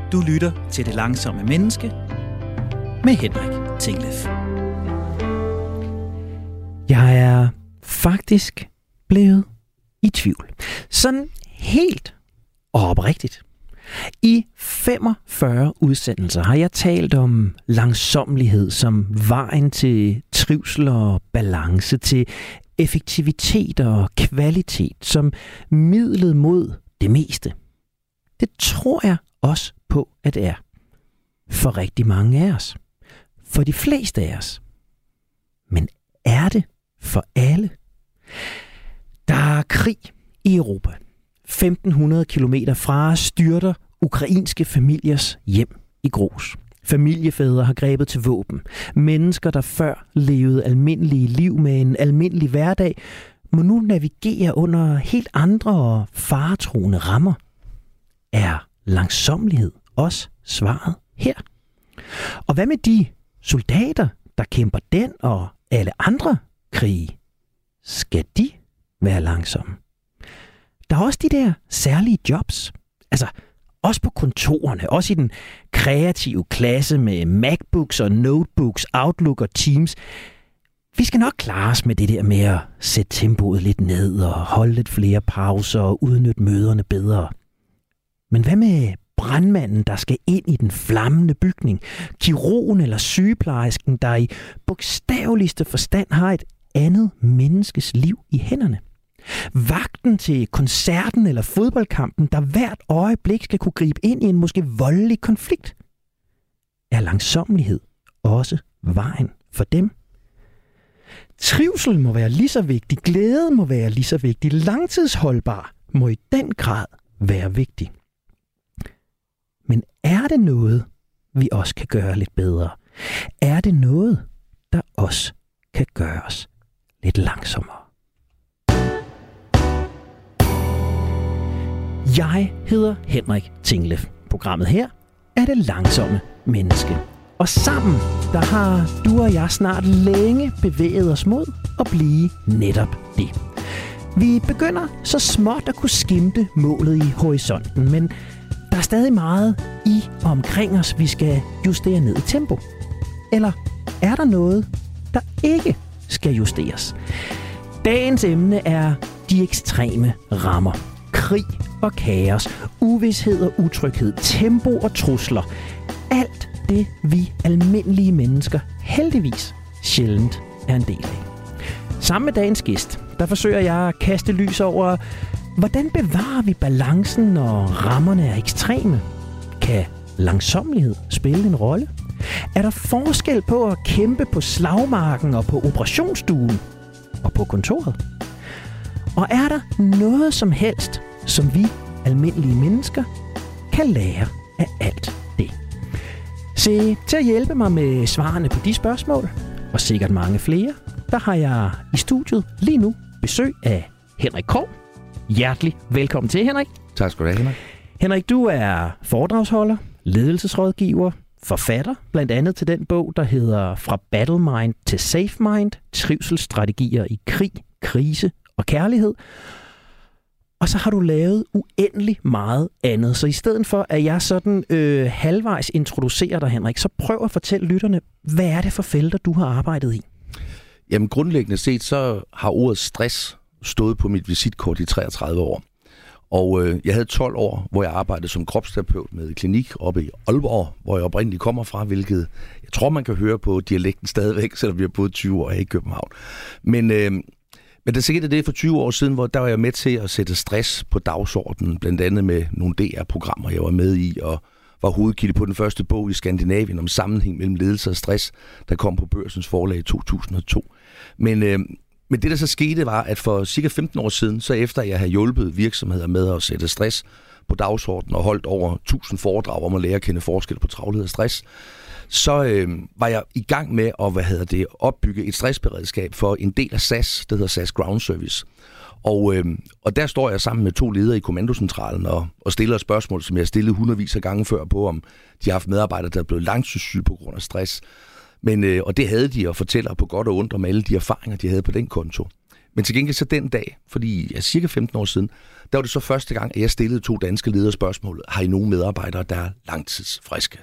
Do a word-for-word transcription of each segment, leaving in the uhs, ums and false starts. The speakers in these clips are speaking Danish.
Du lytter til Det Langsomme Menneske med Henrik Tinglef. Jeg er faktisk blevet i tvivl. Sådan helt og oprigtigt. I femogfyrre udsendelser har jeg talt om langsommelighed som vejen til trivsel og balance, til effektivitet og kvalitet som midlet mod det meste. Det tror jeg også på, at det er. For rigtig mange af os. For de fleste af os. Men er det for alle? Der er krig i Europa. femten hundrede kilometer fra styrter ukrainske familiers hjem i grus. Familiefædre har grebet til våben. Mennesker, der før levede almindelige liv med en almindelig hverdag, må nu navigere under helt andre og faretruende rammer. Er langsommelighed også svaret her? Og hvad med de soldater, der kæmper den og alle andre krige? Skal de være langsomme? Der er også de der særlige jobs. Altså, også på kontorerne, også i den kreative klasse med MacBooks og notebooks, Outlook og Teams. Vi skal nok klare os med det der med at sætte tempoet lidt ned og holde lidt flere pauser og udnytte møderne bedre. Men hvad med brandmanden, der skal ind i den flammende bygning? Kirurgen eller sygeplejersken, der i bogstaveligste forstand har et andet menneskes liv i hænderne? Vagten til koncerten eller fodboldkampen, der hvert øjeblik skal kunne gribe ind i en måske voldelig konflikt? Er langsommelighed også vejen for dem? Trivsel må være lige så vigtig, glæde må være lige så vigtig, langtidsholdbar må i den grad være vigtig. Men er det noget, vi også kan gøre lidt bedre? Er det noget, der også kan gøre os lidt langsommere? Jeg hedder Henrik Tinglef. Programmet her er Det Langsomme Menneske. Og sammen, der har du og jeg snart længe bevæget os mod at blive netop det. Vi begynder så småt at kunne skimte målet i horisonten, men der er stadig meget i og omkring os, vi skal justere ned i tempo. Eller er der noget, der ikke skal justeres? Dagens emne er de ekstreme rammer. Krig og kaos, uvished og utryghed, tempo og trusler. Alt det, vi almindelige mennesker heldigvis sjældent er en del af. Sammen med dagens gæst, der forsøger jeg at kaste lys over, hvordan bevarer vi balancen, når rammerne er ekstreme? Kan langsommelighed spille en rolle? Er der forskel på at kæmpe på slagmarken og på operationsstuen og på kontoret? Og er der noget som helst, som vi almindelige mennesker kan lære af alt det? Se, til at hjælpe mig med svarene på de spørgsmål, og sikkert mange flere, der har jeg i studiet lige nu besøg af Henrik Krogh. Hjertelig velkommen til, Henrik. Tak skal du have, Henrik. Henrik, du er foredragsholder, ledelsesrådgiver, forfatter, blandt andet til den bog, der hedder Fra Battle Mind til Safe Mind, trivselsstrategier i krig, krise og kærlighed. Og så har du lavet uendelig meget andet. Så i stedet for, at jeg sådan øh, halvvejs introducerer dig, Henrik, så prøv at fortælle lytterne, hvad er det for felter, du har arbejdet i? Jamen grundlæggende set, så har ordet stress stået på mit visitkort i treogtredive år. Og øh, jeg havde tolv år, hvor jeg arbejdede som kropsterapeut med klinik oppe i Aalborg, hvor jeg oprindeligt kommer fra, hvilket jeg tror, man kan høre på dialekten stadigvæk, selvom vi har boet tyve år her i København. Men... Øh, Men der skete det for tyve år siden, hvor der var jeg med til at sætte stress på dagsordenen, blandt andet med nogle D R-programmer, jeg var med i, og var hovedkilde på den første bog i Skandinavien om sammenhæng mellem ledelse og stress, der kom på Børsens forlag i to tusind og to. Men, øh, men det, der så skete, var, at for cirka femten år siden, så efter jeg havde hjulpet virksomheder med at sætte stress på dagsordenen og holdt over tusind foredrag om at lære at kende forskel på travlhed og stress, så øh, var jeg i gang med at hvad hedder det, opbygge et stressberedskab for en del af S A S, det hedder S A S Ground Service. Og, øh, og der står jeg sammen med to ledere i kommandocentralen og, og stiller spørgsmål, som jeg har stillet hundredvis af gange før på, om de har haft medarbejdere, der er blevet langtidssyge på grund af stress. Men, øh, og det havde de, og fortæller på godt og ondt om alle de erfaringer, de havde på den konto. Men til gengæld så den dag, fordi ja, cirka femten år siden, der var det så første gang, at jeg stillede to danske ledere spørgsmålet: har I nogen medarbejdere, der er langtidsfriske?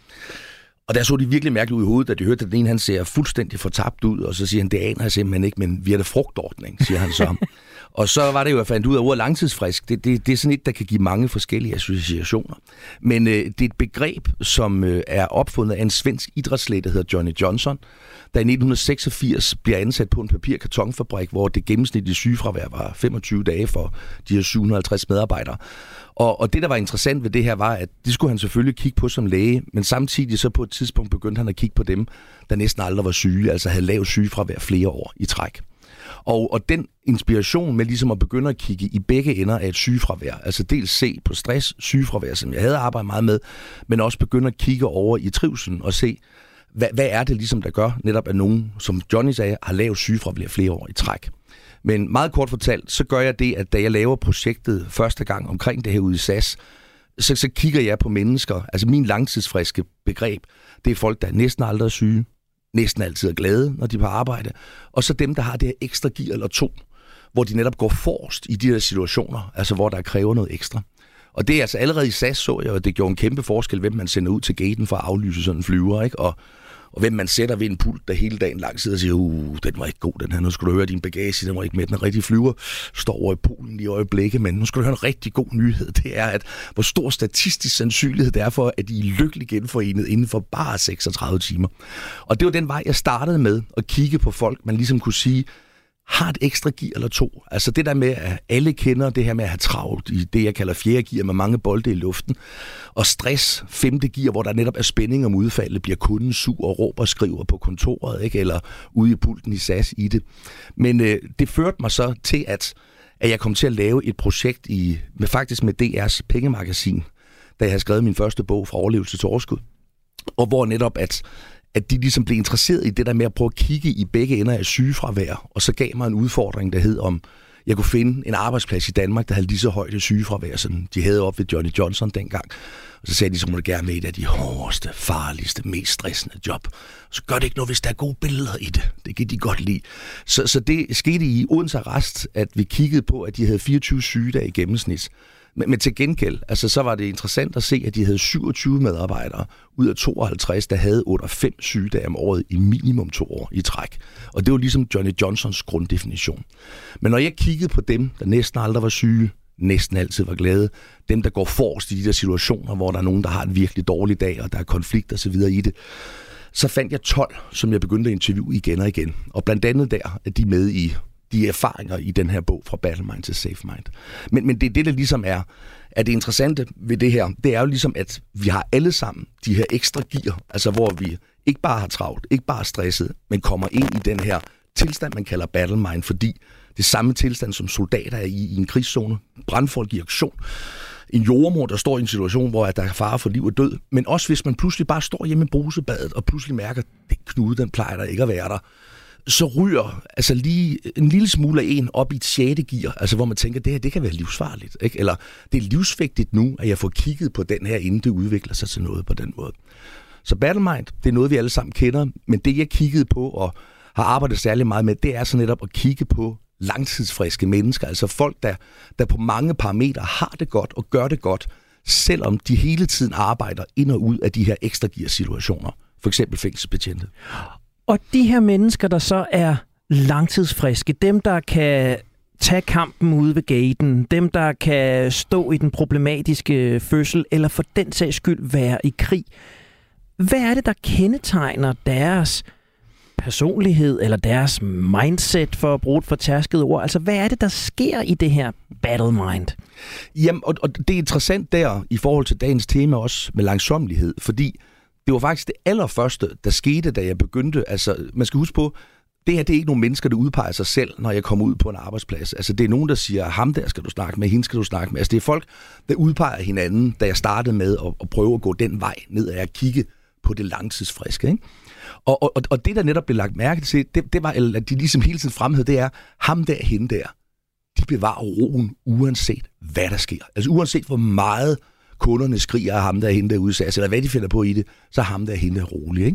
Og der så de virkelig mærkeligt ud i hovedet, da de hørte, at den ene han ser fuldstændig fortabt ud, og så siger han, det aner jeg simpelthen ikke, men vi har da frugtordning, siger han så. Og så var det jo, at jeg fandt ud af ordet langtidsfrisk. Det, det, det er sådan et, der kan give mange forskellige associationer. Men øh, det er et begreb, som øh, er opfundet af en svensk idrætslæge, der hedder Johnny Johnson, der i nitten seksogfirs bliver ansat på en papir-kartonfabrik, hvor det gennemsnitlige sygefravær var femogtyve dage for de her syv hundrede og halvtreds medarbejdere. Og, og det, der var interessant ved det her, var, at det skulle han selvfølgelig kigge på som læge, men samtidig så på et tidspunkt begyndte han at kigge på dem, der næsten aldrig var syge, altså havde lavt sygefravær flere år i træk. Og, og den inspiration med ligesom at begynde at kigge i begge ender af et sygefravær, altså dels se på stress, sygefravær, som jeg havde arbejdet meget med, men også begynde at kigge over i trivselen og se, hvad, hvad er det ligesom, der gør netop, at nogen, som Johnny sagde, har lavt sygefravær flere år i træk. Men meget kort fortalt, så gør jeg det, at da jeg laver projektet første gang omkring det her ude i S A S, så, så kigger jeg på mennesker. Altså min langtidsfriske begreb, det er folk, der næsten aldrig er syge, næsten altid er glade, når de er på arbejde, og så dem, der har det her ekstra gear eller to, hvor de netop går forrest i de her situationer, altså hvor der kræver noget ekstra. Og det er altså allerede i S A S, så jeg, og det gjorde en kæmpe forskel, hvem man sender ud til gaten for at aflyse sådan en flyver, ikke? Og Og hvem man sætter ved en pult, der hele dagen lang sidder og siger, uh, den var ikke god, den her. Nu skal du høre din bagage, den var ikke med. Den rigtige flyver står over i Polen i øjeblikket, men nu skal du høre en rigtig god nyhed. Det er, at hvor stor statistisk sandsynlighed det er for, at I er lykkeligt genforenet inden for bare seksogtredive timer. Og det var den vej, jeg startede med at kigge på folk, man ligesom kunne sige, har et ekstra gear eller to. Altså det der med, at alle kender det her med at have travlt i det, jeg kalder fjerde gear med mange bolde i luften. Og stress, femte gear, hvor der netop er spænding om udfaldet, bliver kunden sur og råber og skriver på kontoret, ikke? Eller ude i pulten i S A S i det. Men øh, det førte mig så til, at, at jeg kom til at lave et projekt i, med faktisk med D R's pengemagasin, da jeg havde skrevet min første bog Fra overlevelse til overskud. Og hvor netop at at de ligesom blev interesseret i det der med at prøve at kigge i begge ender af sygefravær, og så gav mig en udfordring, der hed om, jeg kunne finde en arbejdsplads i Danmark, der havde lige så højt sygefravær, som de havde op ved Johnny Johnson dengang. Og så sagde de, så må du gerne med et af de hårdeste, farligste, mest stressende job. Så gør det ikke noget, hvis der er gode billeder i det. Det kan de godt lide. Så, så det skete i Odense Arrest, at vi kiggede på, at de havde fireogtyve sygedage i gennemsnit. Men, men til gengæld, altså, så var det interessant at se, at de havde syvogtyve medarbejdere ud af tooghalvtreds, der havde under fem sygedage om året i minimum to år i træk. Og det var ligesom Johnny Johnsons grunddefinition. Men når jeg kiggede på dem, der næsten aldrig var syge, næsten altid var glade, dem, der går forrest i de der situationer, hvor der er nogen, der har en virkelig dårlig dag, og der er konflikt og så videre i det, så fandt jeg tolv, som jeg begyndte at interviewe igen og igen. Og blandt andet der er de med i de erfaringer i den her bog Fra Battlemind til Safemind. Men, men det er det, der ligesom er, er det interessante ved det her, det er jo ligesom, at vi har alle sammen de her ekstra gear, altså hvor vi ikke bare har travlt, ikke bare stresset, men kommer ind i den her tilstand, man kalder Battlemind, fordi det samme tilstand, som soldater er i, i en krigszone, brandfolk i aktion, en jordemor, der står i en situation, hvor der er fare for liv og død, men også hvis man pludselig bare står hjemme i brusebadet, og pludselig mærker, at den knude, den plejer der ikke at være der, så ryger altså lige en lille smule af en op i et sjette gear, altså hvor man tænker, det her, det kan være livsfarligt, ikke? Eller det er livsvigtigt nu, at jeg får kigget på den her, inden det udvikler sig til noget på den måde. Så Battlemind, det er noget, vi alle sammen kender, men det jeg kiggede på og har arbejdet særlig meget med, det er så netop at kigge på langtidsfriske mennesker, altså folk, der, der på mange parametre har det godt og gør det godt, selvom de hele tiden arbejder ind og ud af de her ekstra gear-situationer, for eksempel fængselsbetjente. Og de her mennesker, der så er langtidsfriske, dem, der kan tage kampen ude ved gaten, dem, der kan stå i den problematiske fødsel, eller for den sags skyld være i krig, hvad er det, der kendetegner deres personlighed eller deres mindset, for at bruge et fortærsket ord? Altså, hvad er det, der sker i det her Battlemind? Jamen, og, og det er interessant der i forhold til dagens tema også med langsommelighed, fordi det var faktisk det allerførste, der skete, da jeg begyndte. Altså, man skal huske på, det her det er ikke nogen mennesker, der udpeger sig selv, når jeg kommer ud på en arbejdsplads. Altså, det er nogen, der siger, ham der skal du snakke med, hende skal du snakke med. Altså, det er folk, der udpeger hinanden, da jeg startede med at, at prøve at gå den vej ned af at kigge på det langtidsfriske, ikke? Og, og, og det, der netop blev lagt mærke til, det, det var, at de ligesom hele tiden fremhed, det er, ham der, hende der, de bevarer roen, uanset hvad der sker. Altså, uanset hvor meget kunderne skriger af ham der, hende der udsat, eller hvad de finder på i det, så er ham der, hende der rolig, ikke?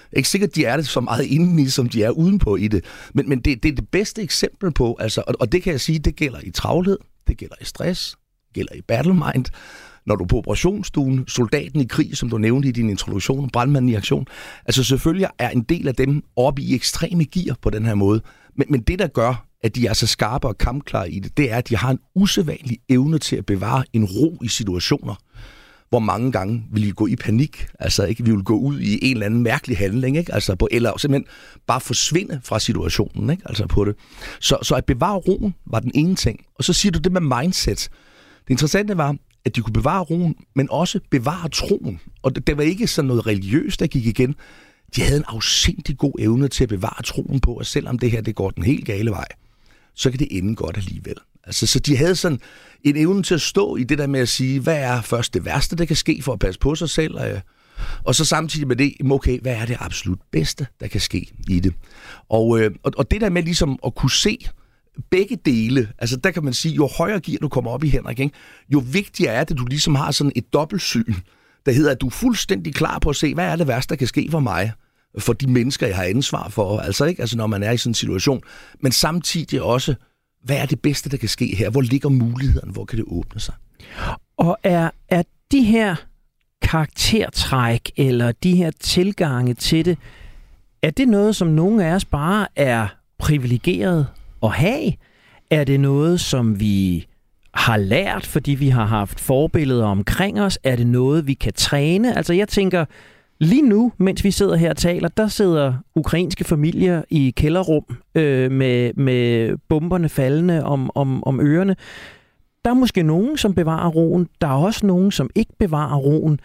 Ikke sikkert, de er det så meget indeni, som de er udenpå i det. Men, men det, det er det bedste eksempel på, altså, og, og det kan jeg sige, det gælder i travlhed, det gælder i stress, det gælder i battlemind. Når du er på operationsstuen, soldaten i krig, som du nævnte i din introduktion, brandmanden i aktion, altså selvfølgelig er en del af dem oppe i ekstreme gear på den her måde. Men, men det, der gør, at de er så skarpe og kampklare i det, det er, at de har en usædvanlig evne til at bevare en ro i situationer, hvor mange gange vil I gå i panik, altså ikke, vi vil gå ud i en eller anden mærkelig handling, ikke? Altså på, eller simpelthen bare forsvinde fra situationen, ikke? Altså på det. Så, så at bevare roen var den ene ting. Og så siger du det med mindset. Det interessante var, at de kunne bevare roen, men også bevare troen. Og det, det var ikke sådan noget religiøst, der gik igen. De havde en afsindig god evne til at bevare troen på, at selvom det her det går den helt gale vej, så kan det ende godt alligevel. Altså, så de havde sådan en evne til at stå i det der med at sige, hvad er først det værste, der kan ske for at passe på sig selv, og så samtidig med det, okay, hvad er det absolut bedste, der kan ske i det. Og, og, og det der med ligesom at kunne se begge dele, altså der kan man sige, jo højere gear du kommer op i, Henrik, ikke? Jo vigtigere er det, at du ligesom har sådan et dobbeltsyn, der hedder, at du er fuldstændig klar på at se, hvad er det værste, der kan ske for mig, for de mennesker, jeg har ansvar for, altså ikke, altså når man er i sådan en situation, men samtidig også, hvad er det bedste, der kan ske her? Hvor ligger mulighederne? Hvor kan det åbne sig? Og er, er de her karaktertræk, eller de her tilgange til det, er det noget, som nogle af os bare er privilegeret at have? Er det noget, som vi har lært, fordi vi har haft forbilleder omkring os? Er det noget, vi kan træne? Altså jeg tænker, lige nu, mens vi sidder her og taler, der sidder ukrainske familier i kælderrum øh, med, med bomberne faldende om, om, om ørerne. Der er måske nogen, som bevarer roen. Der er også nogen, som ikke bevarer roen.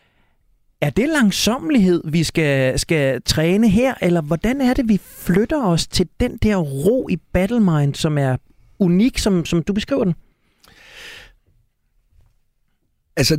Er det langsommelighed, vi skal, skal træne her, eller hvordan er det, vi flytter os til den der ro i battlemind, som er unik, som, som du beskriver den? Altså,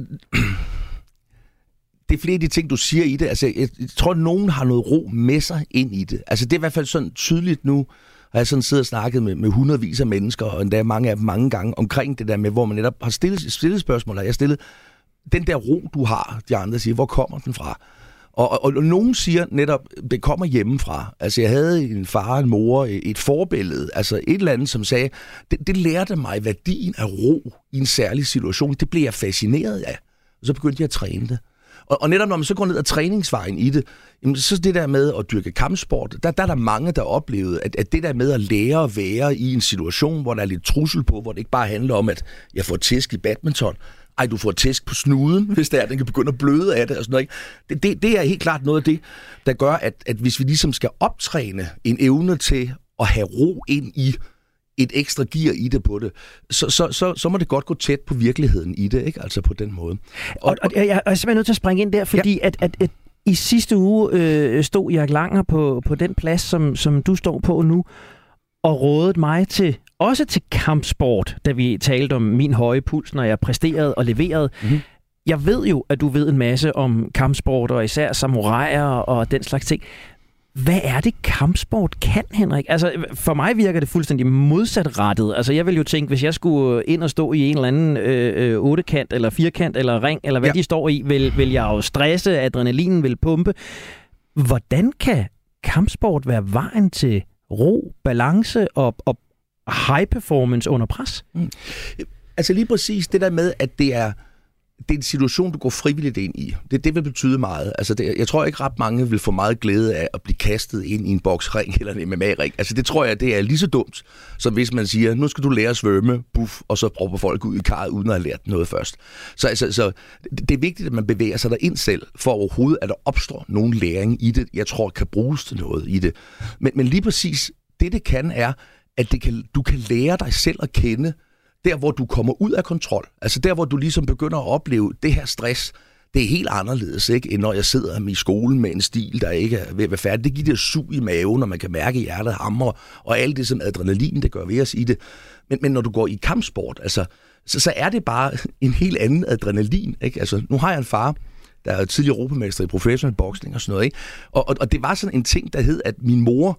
det er flere af de ting, du siger i det. Altså, jeg tror, at nogen har noget ro med sig ind i det. Altså, det er i hvert fald sådan tydeligt nu, har jeg sådan siddet og snakket med, med hundredvis af mennesker, og endda mange af dem mange gange, omkring det der med, hvor man netop har stillet, stillet spørgsmål, og jeg har stillet, den der ro, du har, de andre siger, hvor kommer den fra? Og, og, og nogen siger netop, det kommer hjemmefra. Altså, jeg havde en far, en mor, et forbillede, altså et eller andet, som sagde, det, det lærte mig værdien af ro i en særlig situation. Det blev jeg fascineret af, og så begyndte jeg at træne det. Og, og netop når man så går ned ad træningsvejen i det, jamen, så det der med at dyrke kampsport, der, der er der mange, der oplevede, at, at det der med at lære at være i en situation, hvor der er lidt trussel på, hvor det ikke bare handler om, at jeg får tæsk i badminton, ej, du får tæsk på snuden, hvis det er, den kan begynde at bløde af det og sådan noget, ikke? Det, det, det er helt klart noget af det, der gør, at, at hvis vi ligesom skal optræne en evne til at have ro ind i et ekstra gear i det på det, så, så, så, så må det godt gå tæt på virkeligheden i det, ikke? Altså på den måde. Og, og, og jeg er simpelthen nødt til at springe ind der, fordi ja. at, at, at i sidste uge øh, stod Erik Langer på, på den plads, som, som du står på nu, og rådede mig til, også til kampsport, da vi talte om min høje puls, når jeg præsterede og leverede. Mm-hmm. Jeg ved jo, at du ved en masse om kampsport, og især samuraier og den slags ting. Hvad er det, kampsport kan, Henrik? Altså, for mig virker det fuldstændig modsatrettet. Altså, jeg vil jo tænke, hvis jeg skulle ind og stå i en eller anden øh, ottekant, eller firkant, eller ring, eller hvad ja. de står i, vil, vil jeg jo stresse, adrenalinen vil pumpe. Hvordan kan kampsport være vejen til ro, balance og, og high performance under pres? Mm. Altså lige præcis det der med, at det er det er en situation, du går frivilligt ind i. Det, det vil betyde meget. Altså det, jeg tror ikke ret mange vil få meget glæde af at blive kastet ind i en boksring eller en M M A-ring. Altså det tror jeg, det er lige så dumt, som hvis man siger, nu skal du lære at svømme, buff, og så prøver folk ud i karret, uden at have lært noget først. Så, altså, så det er vigtigt, at man bevæger sig derind selv, for overhovedet, at der opstår nogen læring i det, jeg tror, kan bruges til noget i det. Men, men lige præcis, det det kan, er, at det kan, du kan lære dig selv at kende, der hvor du kommer ud af kontrol. Altså der hvor du ligesom begynder at opleve det her stress, det er helt anderledes, ikke, end når jeg sidder i skolen med en stil, der ikke er ved at være færdig. Det giver det sug i maven, og man kan mærke hjertet hamre, og alt det som adrenalin, det gør ved os i det. Men, men når du går i kampsport, altså, så, så er det bare en helt anden adrenalin. Ikke? Altså, nu har jeg en far, der er tidligere europamester i professionel boksning og sådan noget. Ikke? Og, og, og det var sådan en ting, der hed, at min mor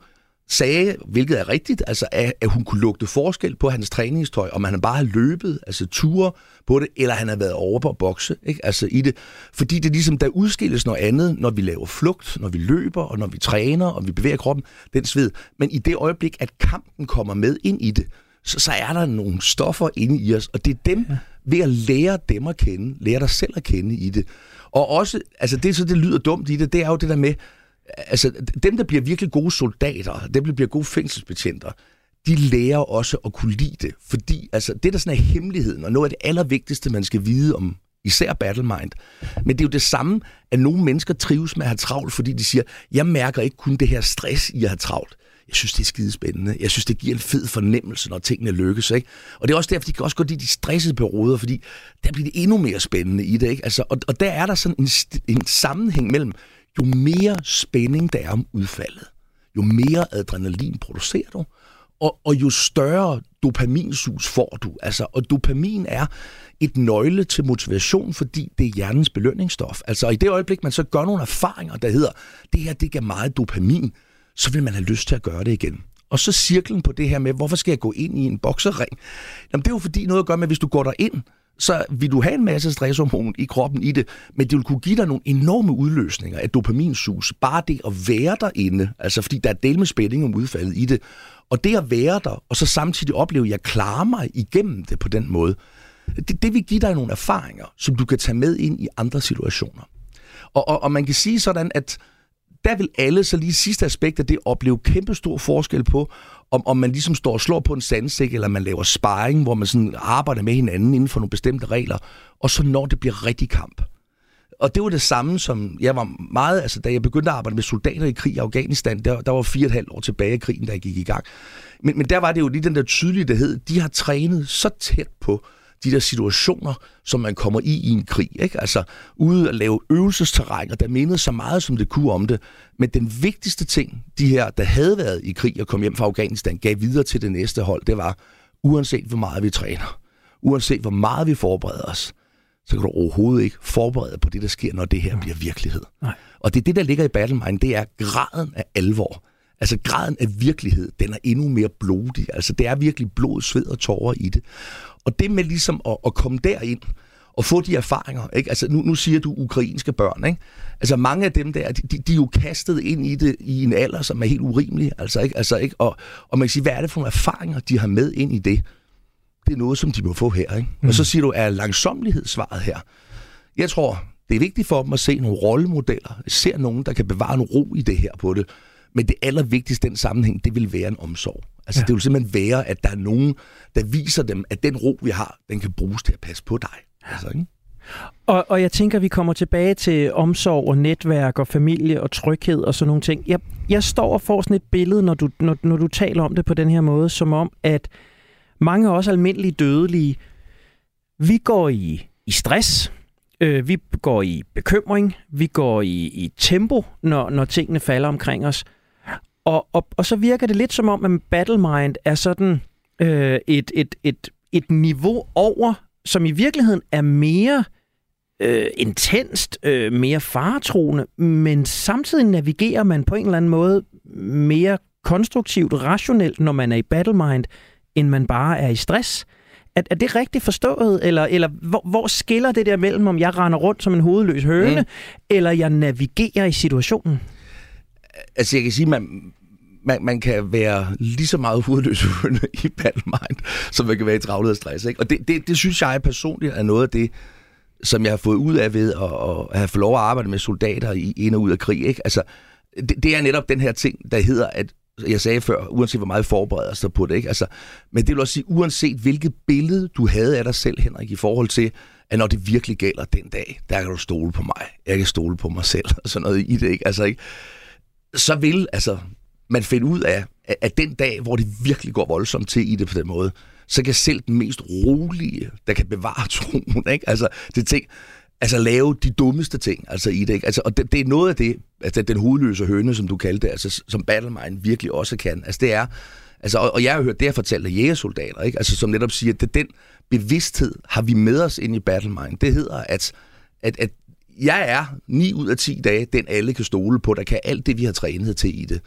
sagde, hvilket er rigtigt, altså at, at hun kunne lugte forskel på hans træningstøj, om han bare har løbet, altså ture på det, eller han har været over på at bokse, ikke? Altså i det. Fordi det er ligesom, der udskilles noget andet, når vi laver flugt, når vi løber, og når vi træner, og vi bevæger kroppen, den sved. Men i det øjeblik, at kampen kommer med ind i det, så, så er der nogle stoffer inde i os, og det er dem, ja. ved at lære dem at kende, lære dig selv at kende i det. Og også, altså det, så det lyder dumt i det, det er jo det der med, altså dem, der bliver virkelig gode soldater, dem, der bliver gode fængselsbetjenter, de lærer også at kunne lide det. Fordi altså, det, der sådan er hemmeligheden, og noget af det allervigtigste, man skal vide om især Battlemind, men det er jo det samme, at nogle mennesker trives med at have travlt, fordi de siger, jeg mærker ikke kun det her stress i at have travlt. Jeg synes, det er skidespændende. Jeg synes, det giver en fed fornemmelse, når tingene lykkes, ikke? Og det er også derfor, de kan også gå i de stressede perioder, fordi der bliver det endnu mere spændende i det, ikke? Altså, og, og der er der sådan en, en sammenhæng mellem, jo mere spænding der er om udfaldet, jo mere adrenalin producerer du, og, og jo større dopaminsus får du. Altså, og dopamin er et nøgle til motivation, fordi det er hjernens belønningsstof. Altså, i det øjeblik, man så gør nogle erfaringer, der hedder, det her, det giver meget dopamin, så vil man have lyst til at gøre det igen. Og så cirklen på det her med, hvorfor skal jeg gå ind i en boksering? Jamen, det er jo fordi noget at gøre med, hvis du går derind, så vil du have en masse stresshormon i kroppen i det, men det vil kunne give dig nogle enorme udløsninger af dopaminsus. Bare det at være derinde, altså fordi der er del med spænding om udfaldet i det, og det at være der, og så samtidig opleve, at jeg klarer mig igennem det på den måde, det, det vil give dig nogle erfaringer, som du kan tage med ind i andre situationer. Og, og, og man kan sige sådan, at der vil alle, så lige sidste aspekt af det, opleve kæmpestor forskel på, om, om man ligesom står og slår på en sandsæk, eller man laver sparring, hvor man sådan arbejder med hinanden inden for nogle bestemte regler, og så når det bliver rigtig kamp. Og det var det samme, som jeg var meget, altså da jeg begyndte at arbejde med soldater i krig i Afghanistan, der, der var fire og et halvt år tilbage i krigen, da jeg gik i gang. Men, men der var det jo lige den der tydelighed, de har trænet så tæt på de der situationer, som man kommer i i en krig, ikke? Altså ude at lave øvelsesterrænger, der mindede så meget, som det kunne om det. Men den vigtigste ting, de her, der havde været i krig og kom hjem fra Afghanistan, gav videre til det næste hold, det var, uanset hvor meget vi træner, uanset hvor meget vi forbereder os, så kan du overhovedet ikke forberede på det, der sker, når det her bliver virkelighed. Nej. Og det er det, der ligger i Battlemind, det er graden af alvor. Altså graden af virkelighed, den er endnu mere blodig. Altså det er virkelig blod, sved og tårer i det. Og det med ligesom at, at komme derind og få de erfaringer, ikke? Altså nu, nu siger du ukrainske børn, ikke? Altså mange af dem der, de, de er jo kastet ind i det i en alder, som er helt urimelig. Altså, ikke? Altså, ikke? Og, og man kan sige, hvad er det for nogle erfaringer, de har med ind i det? Det er noget, som de må få her, ikke? Mm. Og så siger du, er langsomlighed svaret her? Jeg tror, det er vigtigt for dem at se nogle rollemodeller. Ser nogen, der kan bevare en ro i det her på det. Men det allervigtigste den sammenhæng, det vil være en omsorg. Altså ja. Det vil simpelthen være, at der er nogen, der viser dem, at den ro, vi har, den kan bruges til at passe på dig. Altså, ikke? Og, og jeg tænker, vi kommer tilbage til omsorg og netværk og familie og tryghed og sådan nogle ting. Jeg, jeg står og får sådan et billede, når du, når, når du taler om det på den her måde, som om, at mange af os almindelige dødelige, vi går i, i stress, øh, vi går i bekymring, vi går i, i tempo, når, når tingene falder omkring os. Og, og, og så virker det lidt som om, at Battlemind er sådan øh, et, et, et, et niveau over, som i virkeligheden er mere øh, intenst, øh, mere faretruende, men samtidig navigerer man på en eller anden måde mere konstruktivt, rationelt, når man er i Battlemind, end man bare er i stress. Er, er det rigtigt forstået? Eller, eller hvor, hvor skiller det der mellem, om jeg render rundt som en hovedløs høne, mm. eller jeg navigerer i situationen? Altså jeg kan sige, man, man, man kan være lige så meget hovedløs høne i Battlemind, som man kan være i travlhed og stress. Ikke? Og det, det, det synes jeg personligt er noget af det, som jeg har fået ud af ved at, at have fået lov at arbejde med soldater i ind og ud af krig. Ikke? Altså, det, det er netop den her ting, der hedder, at jeg sagde før, uanset hvor meget forbereder sig på det, ikke? Altså, men det vil også sige, uanset hvilket billede du havde af dig selv, Henrik, i forhold til, at når det virkelig gælder den dag, der kan du stole på mig, jeg kan stole på mig selv, og sådan noget i det, ikke? Altså, ikke? Så vil altså, man finde ud af, at den dag, hvor det virkelig går voldsomt til i det på den måde, så kan selv den mest rolige, der kan bevare troen, ikke? Altså, det ting, altså lave de dummeste ting, altså i det, ikke? Altså, og det, det er noget af det, altså den hovedløse høne, som du kaldte det, altså som Battlemind virkelig også kan. Altså det er, altså, og, og jeg har hørt det her fortalt af jægersoldater, ikke? Altså som netop siger, at den bevidsthed har vi med os ind i Battlemind. Det hedder, at, at, at jeg er ni ud af ti dage, den alle kan stole på, der kan alt det, vi har trænet til i det.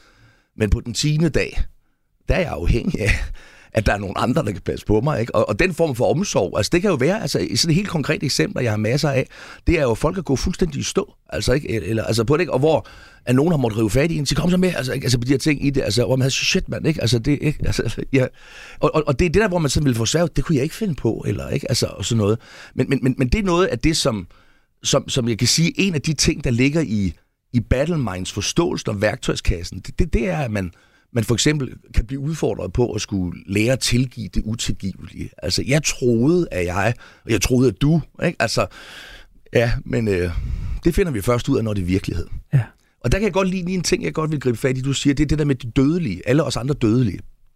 Men på den tiende dag, der er jeg afhængig af, at der er nogle andre, der kan passe på mig. Ikke? Og, og den form for omsorg, altså det kan jo være, altså sådan et helt konkret eksempel, jeg har masser af, det er jo, at folk kan gå fuldstændig i stå, altså, ikke? Eller, altså på det, ikke? Og hvor at nogen har måttet rive fat i en, så kom så med, altså, altså på de her ting i det, altså hvor man havde shit, mand, ikke? Altså det, ikke? Altså, ja. og, og, og det er det der, hvor man sådan ville få svært, det kunne jeg ikke finde på, eller ikke? Altså og sådan noget. Men, men, men, men det er noget af det, som, som, som jeg kan sige, en af de ting, der ligger i, i Battleminds forståelse om værktøjskassen, det, det, det er, at man man for eksempel kan blive udfordret på at skulle lære at tilgive det utilgivelige. Altså, jeg troede, at jeg, og jeg troede, at du, ikke? Altså, ja, men øh, det finder vi først ud af, når det er virkelighed. Ja. Og der kan jeg godt lide en ting, jeg godt vil gribe fat i, du siger, det er det der med det dødelige, alle os andre dødelige.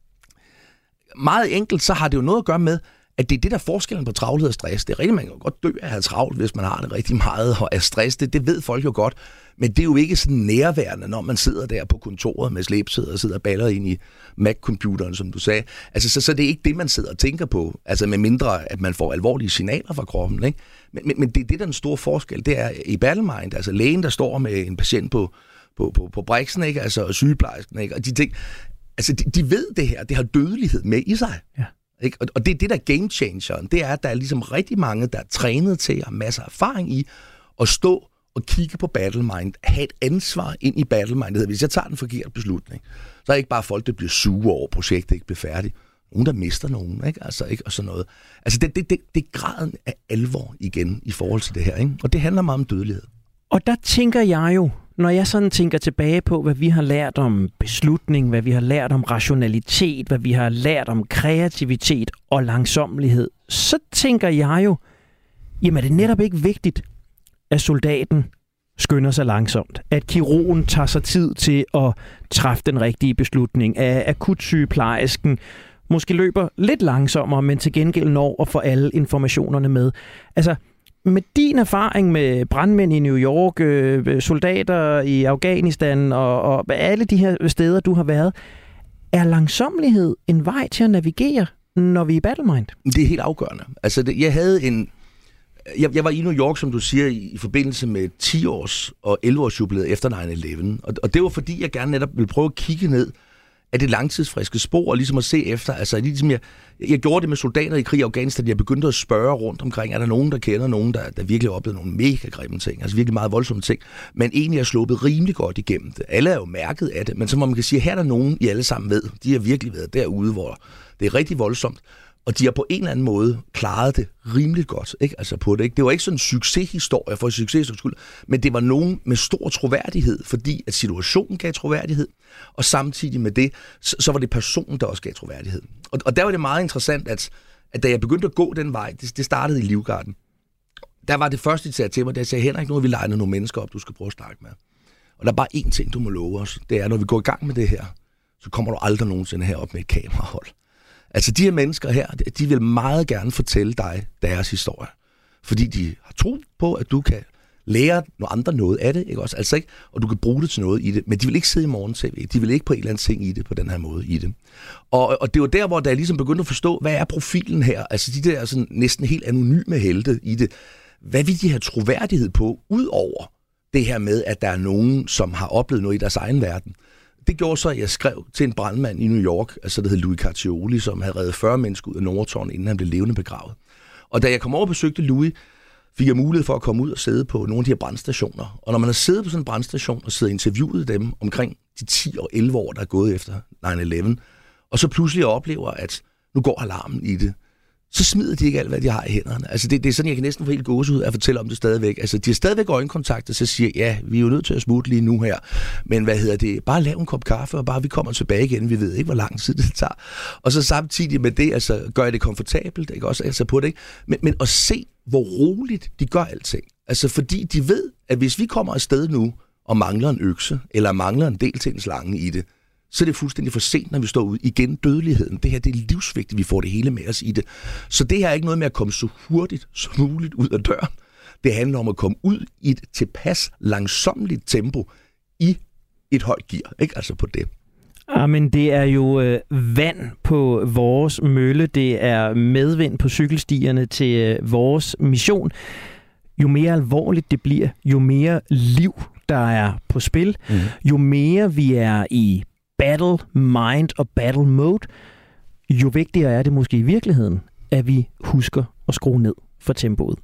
Meget enkelt, så har det jo noget at gøre med, at det er det, der er forskellen på travlhed og stress. Det er rigtigt, man kan godt dø af at have travlt, hvis man har det rigtig meget og er stress. Det, det ved folk jo godt. Men det er jo ikke sådan nærværende, når man sidder der på kontoret med slæbsæder og sidder og baller ind i Mac-computeren, som du sagde. Altså, så, så det er ikke det, man sidder og tænker på. Altså, med mindre, at man får alvorlige signaler fra kroppen, ikke? Men, men, men det er det, der er den store forskel. Det er i Battlemind, altså lægen, der står med en patient på, på, på, på briksen, ikke? Altså, og sygeplejersken, ikke? Og de ting, altså, de, de ved det her. Det har dødelighed med i sig. Ja. Ikke? Og det er det, der game changeren. Det er, at der er ligesom rigtig mange, der er trænet til at have masser af erfaring i at stå og kigge på Battlemind, have et ansvar ind i Battlemind. Hvis jeg tager den forkerte beslutning, så er det ikke bare folk, der bliver sure over, projektet ikke bliver færdigt. Nogen, der mister nogen, ikke? Altså, ikke? Og sådan noget. Altså, det, det, det, det er graden af alvor igen i forhold til det her, ikke? Og det handler meget om dødelighed. Og der tænker jeg jo, når jeg sådan tænker tilbage på, hvad vi har lært om beslutning, hvad vi har lært om rationalitet, hvad vi har lært om kreativitet og langsommelighed, så tænker jeg jo, jamen er det netop ikke vigtigt, at soldaten skynder sig langsomt, at kirurgen tager sig tid til at træffe den rigtige beslutning, at akutsygeplejersken måske løber lidt langsommere, men til gengæld når at få alle informationerne med. Altså, med din erfaring med brandmænd i New York, øh, soldater i Afghanistan og, og alle de her steder, du har været, er langsommelighed en vej til at navigere, når vi er i Battlemind? Det er helt afgørende. Altså, det, jeg havde en... Jeg, jeg var i New York, som du siger, i, i forbindelse med ti års og elleve års jubilæet efter nine eleven. Og, og det var fordi, jeg gerne netop ville prøve at kigge ned af det langtidsfriske spor, og ligesom at se efter, altså ligesom jeg, jeg gjorde det med soldater i krig i Afghanistan, jeg begyndte at spørge rundt omkring, er der nogen, der kender nogen, der, der virkelig har oplevet nogle mega grimme ting, altså virkelig meget voldsomme ting, men egentlig er sluppet rimelig godt igennem det. Alle er jo mærket af det, men så må man kan sige, her er der nogen, I alle sammen ved, de har virkelig været derude, hvor det er rigtig voldsomt, og de har på en eller anden måde klaret det rimelig godt, ikke? Altså på det, ikke? Det var ikke sådan en succeshistorie for succes skyld, men det var nogen med stor troværdighed, fordi at situationen gav troværdighed, og samtidig med det, så, så var det personen, der også gav troværdighed. Og, og der var det meget interessant, at, at da jeg begyndte at gå den vej, det, det startede i Livgarden, der var det første, de sagde til mig, der sagde, Henrik, nu har vi legnet nogle mennesker op, du skal prøve at snakke med. Og der er bare én ting, du må love os, det er, når vi går i gang med det her, så kommer du aldrig nogensinde herop med et kamerahold. Altså de her mennesker her, de vil meget gerne fortælle dig deres historie. Fordi de har tro på, at du kan lære nogle andre noget af det, ikke også? Altså ikke, og du kan bruge det til noget i det, men de vil ikke sidde i morgen-tv. De vil ikke på en eller anden ting i det, på den her måde i det. Og, og det var der, hvor der ligesom begyndte at forstå, hvad er profilen her? Altså de der sådan, næsten helt anonyme helte i det. Hvad vil de have troværdighed på, ud over det her med, at der er nogen, som har oplevet noget i deres egen verden? Det gjorde så, at jeg skrev til en brandmand i New York, altså der hed Louis Carcioli, som havde reddet fyrre mennesker ud af Nordtårn, inden han blev levende begravet. Og da jeg kom over og besøgte Louis, fik jeg mulighed for at komme ud og sidde på nogle af de her brandstationer. Og når man har siddet på sådan en brandstation og siddet og interviewet dem omkring de ti og elleve år, der er gået efter nine eleven, og så pludselig oplever, at nu går alarmen i det, så smider de ikke alt, hvad de har i hænderne. Altså det, det er sådan, jeg kan næsten få helt gåsehud at fortælle om det stadigvæk. Altså de har stadigvæk øjenkontakt, og så siger ja, vi er jo nødt til at smutte lige nu her. Men hvad hedder det? Bare lav en kop kaffe, og bare vi kommer tilbage igen. Vi ved ikke, hvor lang tid det tager. Og så samtidig med det, altså gør jeg det komfortabelt, ikke også? Altså på det, ikke? Men, men at se, hvor roligt de gør alting. Altså fordi de ved, at hvis vi kommer afsted nu, og mangler en økse, eller mangler en del til en slange i det, så er det fuldstændig for sent, når vi står ud. Igen, dødeligheden. Det her, det er livsvigtigt, vi får det hele med os i det. Så det her er ikke noget med at komme så hurtigt som muligt ud af døren. Det handler om at komme ud i et tilpas langsommeligt tempo i et højt gear. Ikke? Altså på det. Ah, men det er jo øh, vand på vores mølle. Det er medvind på cykelstierne til øh, vores mission. Jo mere alvorligt det bliver, jo mere liv, der er på spil, mm. jo mere vi er i battle mind og battle mode, jo vigtigere er det måske i virkeligheden, at vi husker at skrue ned for tempoet.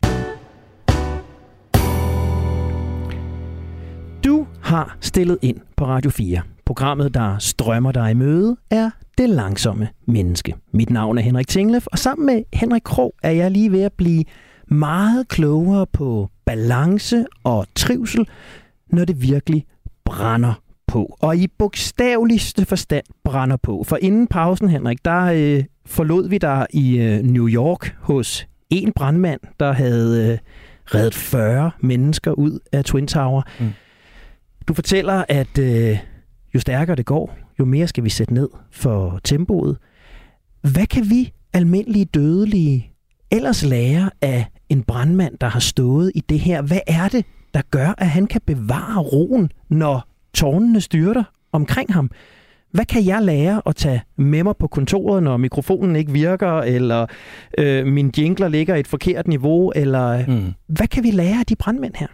Du har stillet ind på Radio fire. Programmet, der strømmer dig i møde, er Det Langsomme Menneske. Mit navn er Henrik Tinglef, og sammen med Henrik Krog er jeg lige ved at blive meget klogere på balance og trivsel, når det virkelig brænder på. Og i bogstaveligste forstand brænder på. For inden pausen, Henrik, der øh, forlod vi dig i øh, New York hos en brandmand, der havde øh, reddet fyrre mennesker ud af Twin Tower. Mm. Du fortæller, at øh, jo stærkere det går, jo mere skal vi sætte ned for tempoet. Hvad kan vi almindelige dødelige ellers lære af en brandmand, der har stået i det her? Hvad er det, der gør, at han kan bevare roen, når tårnene styrter omkring ham? Hvad kan jeg lære at tage med mig på kontoret, når mikrofonen ikke virker, eller øh, mine jingler ligger i et forkert niveau? Eller mm. Hvad kan vi lære af de brandmænd her?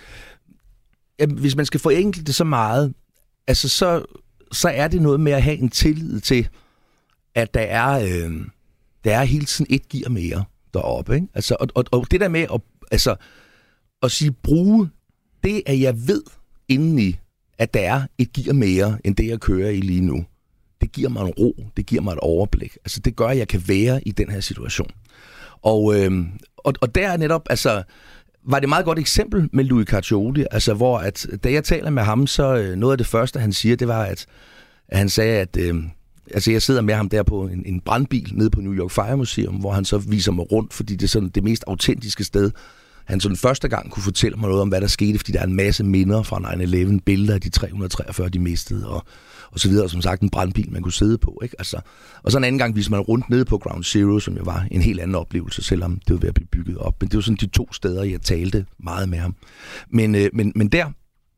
Jamen, hvis man skal forenkle det så meget, altså så, så er det noget med at have en tillid til, at der er, øh, der er hele tiden et gear mere deroppe. Ikke? Altså, og, og, og det der med at, altså, at sige, bruge det, at jeg ved indeni, at der er et gear mere, end det, jeg kører i lige nu. Det giver mig en ro, det giver mig et overblik. Altså, det gør, at jeg kan være i den her situation. Og, øh, og, og der er netop, altså, var det et meget godt eksempel med Louis Carcioli, altså, hvor at, da jeg taler med ham, så øh, noget af det første, han siger, det var, at, at han sagde, at øh, altså, jeg sidder med ham der på en, en brandbil nede på New York Fire Museum, hvor han så viser mig rundt, fordi det er sådan det mest autentiske sted. Han sådan første gang kunne fortælle mig noget om, hvad der skete, fordi der er en masse minder fra nine eleven, billeder af de tre hundrede treogfyrre, de mistede, og, og så videre. Som sagt, en brandbil, man kunne sidde på. Ikke? Altså, og så en anden gang viser man rundt nede på Ground Zero, som jo var en helt anden oplevelse, selvom det var ved at blive bygget op. Men det var sådan de to steder, jeg talte meget med ham. Men, øh, men, men der,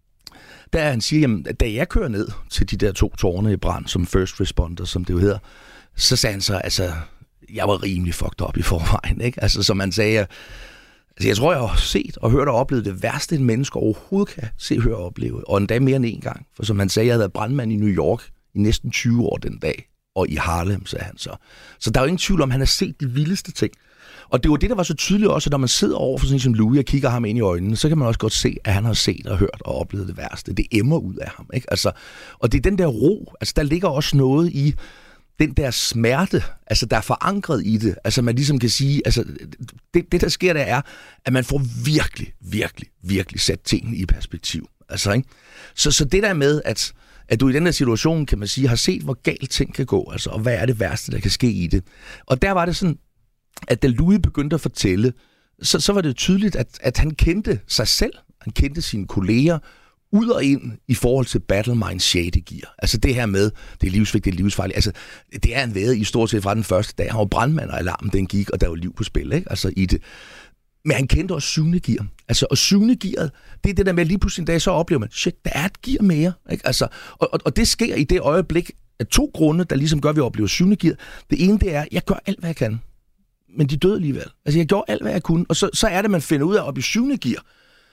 der han siger, jamen, da jeg kører ned til de der to tårne i brand, som first responder, som det jo hedder, så sagde han så, altså, jeg var rimelig fucked up i forvejen. Ikke? Altså, som han sagde, altså, jeg tror, jeg har set og hørt og oplevet det værste, en menneske overhovedet kan se, høre og opleve. Og endda mere end en gang. For som han sagde, jeg havde været brandmand i New York i næsten tyve år den dag. Og i Harlem, sagde han så. Så der er jo ingen tvivl om, at han har set de vildeste ting. Og det var det, der var så tydeligt også, at når man sidder over for sådan en som Louis og kigger ham ind i øjnene, så kan man også godt se, at han har set og hørt og oplevet det værste. Det emmer ud af ham. Ikke? Altså, og det er den der ro. Altså, der ligger også noget i den der smerte, altså der er forankret i det, altså man ligesom kan sige, altså det, det der sker der er, at man får virkelig, virkelig, virkelig sat tingene i perspektiv. Altså, ikke? Så, så det der med, at, at du i den her situation, kan man sige, har set, hvor galt ting kan gå, altså, og hvad er det værste, der kan ske i det. Og der var det sådan, at da Louis begyndte at fortælle, så, så var det tydeligt, at, at han kendte sig selv, han kendte sine kolleger, ud og ind i forhold til Battle Mind sjette gear. Altså det her med, det er livsvigtigt, det er livsfarligt. Altså det er han været i stort set fra den første dag. Han var brandmand, og alarmen den gik, og der var liv på spil, ikke? Altså i det. Men han kendte også syvende gear. Altså, og syvende gearet, det er det der med, lige pludselig en dag, så oplever man, shit, der er et gear mere, ikke? Altså, og, og, og det sker i det øjeblik af to grunde, der ligesom gør, at vi oplever syvende gear. Det ene, det er, jeg gør alt, hvad jeg kan. Men de døde alligevel. Altså, jeg gjorde alt, hvad jeg kunne. Og så, så er det, man finder ud af, op i syvende gear,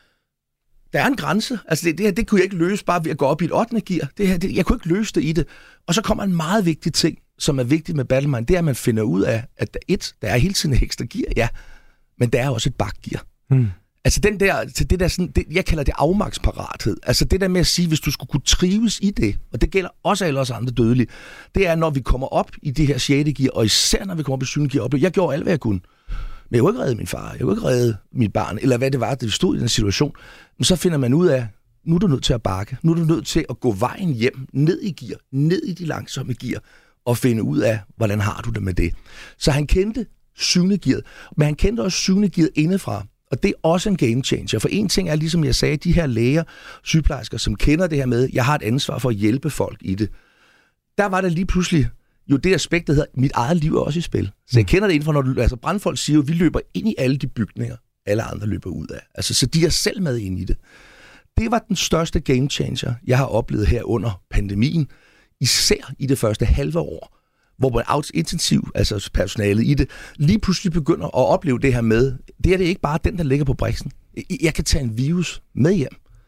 der er en grænse. Altså det, det her, det kunne jeg ikke løse bare ved at gå op i et ottende gear. Det her, det, jeg kunne ikke løse det i det. Og så kommer en meget vigtig ting, som er vigtigt med Battlemind, det er, at man finder ud af, at der, et, der er hele tiden et ekstra gear, ja, men der er også et bakgear. Hmm. Altså den der, det der sådan, det, jeg kalder det afmagtsparathed. Altså det der med at sige, hvis du skulle kunne trives i det, og det gælder også alle os andre dødelige, det er, når vi kommer op i det her sjette gear, og især når vi kommer op i syvende gear, jeg gjorde alt, hvad jeg kunne. Men jeg kunne ikke redde min far, jeg kunne ikke redde mit barn, eller hvad det var, det stod i den situation. Men så finder man ud af, nu er du nødt til at bakke. Nu er du nødt til at gå vejen hjem, ned i gear, ned i de langsomme gear, og finde ud af, hvordan har du det med det. Så han kendte syvende gearet, men han kendte også syvende gearet indefra. Og det er også en game changer. For en ting er, ligesom jeg sagde, de her læger, sygeplejersker, som kender det her med, jeg har et ansvar for at hjælpe folk i det. Der var der lige pludselig jo det aspekt, der hedder, mit eget liv er også i spil. Så jeg kender det indenfor, når du, altså brandfolk siger jo, vi løber ind i alle de bygninger, alle andre løber ud af. Altså, så de er selv med ind i det. Det var den største game changer, jeg har oplevet her under pandemien, især i det første halve år, hvor man er intensiv, altså personalet i det, lige pludselig begynder at opleve det her med, det er det ikke bare den, der ligger på briksen. Jeg kan tage en virus med hjem.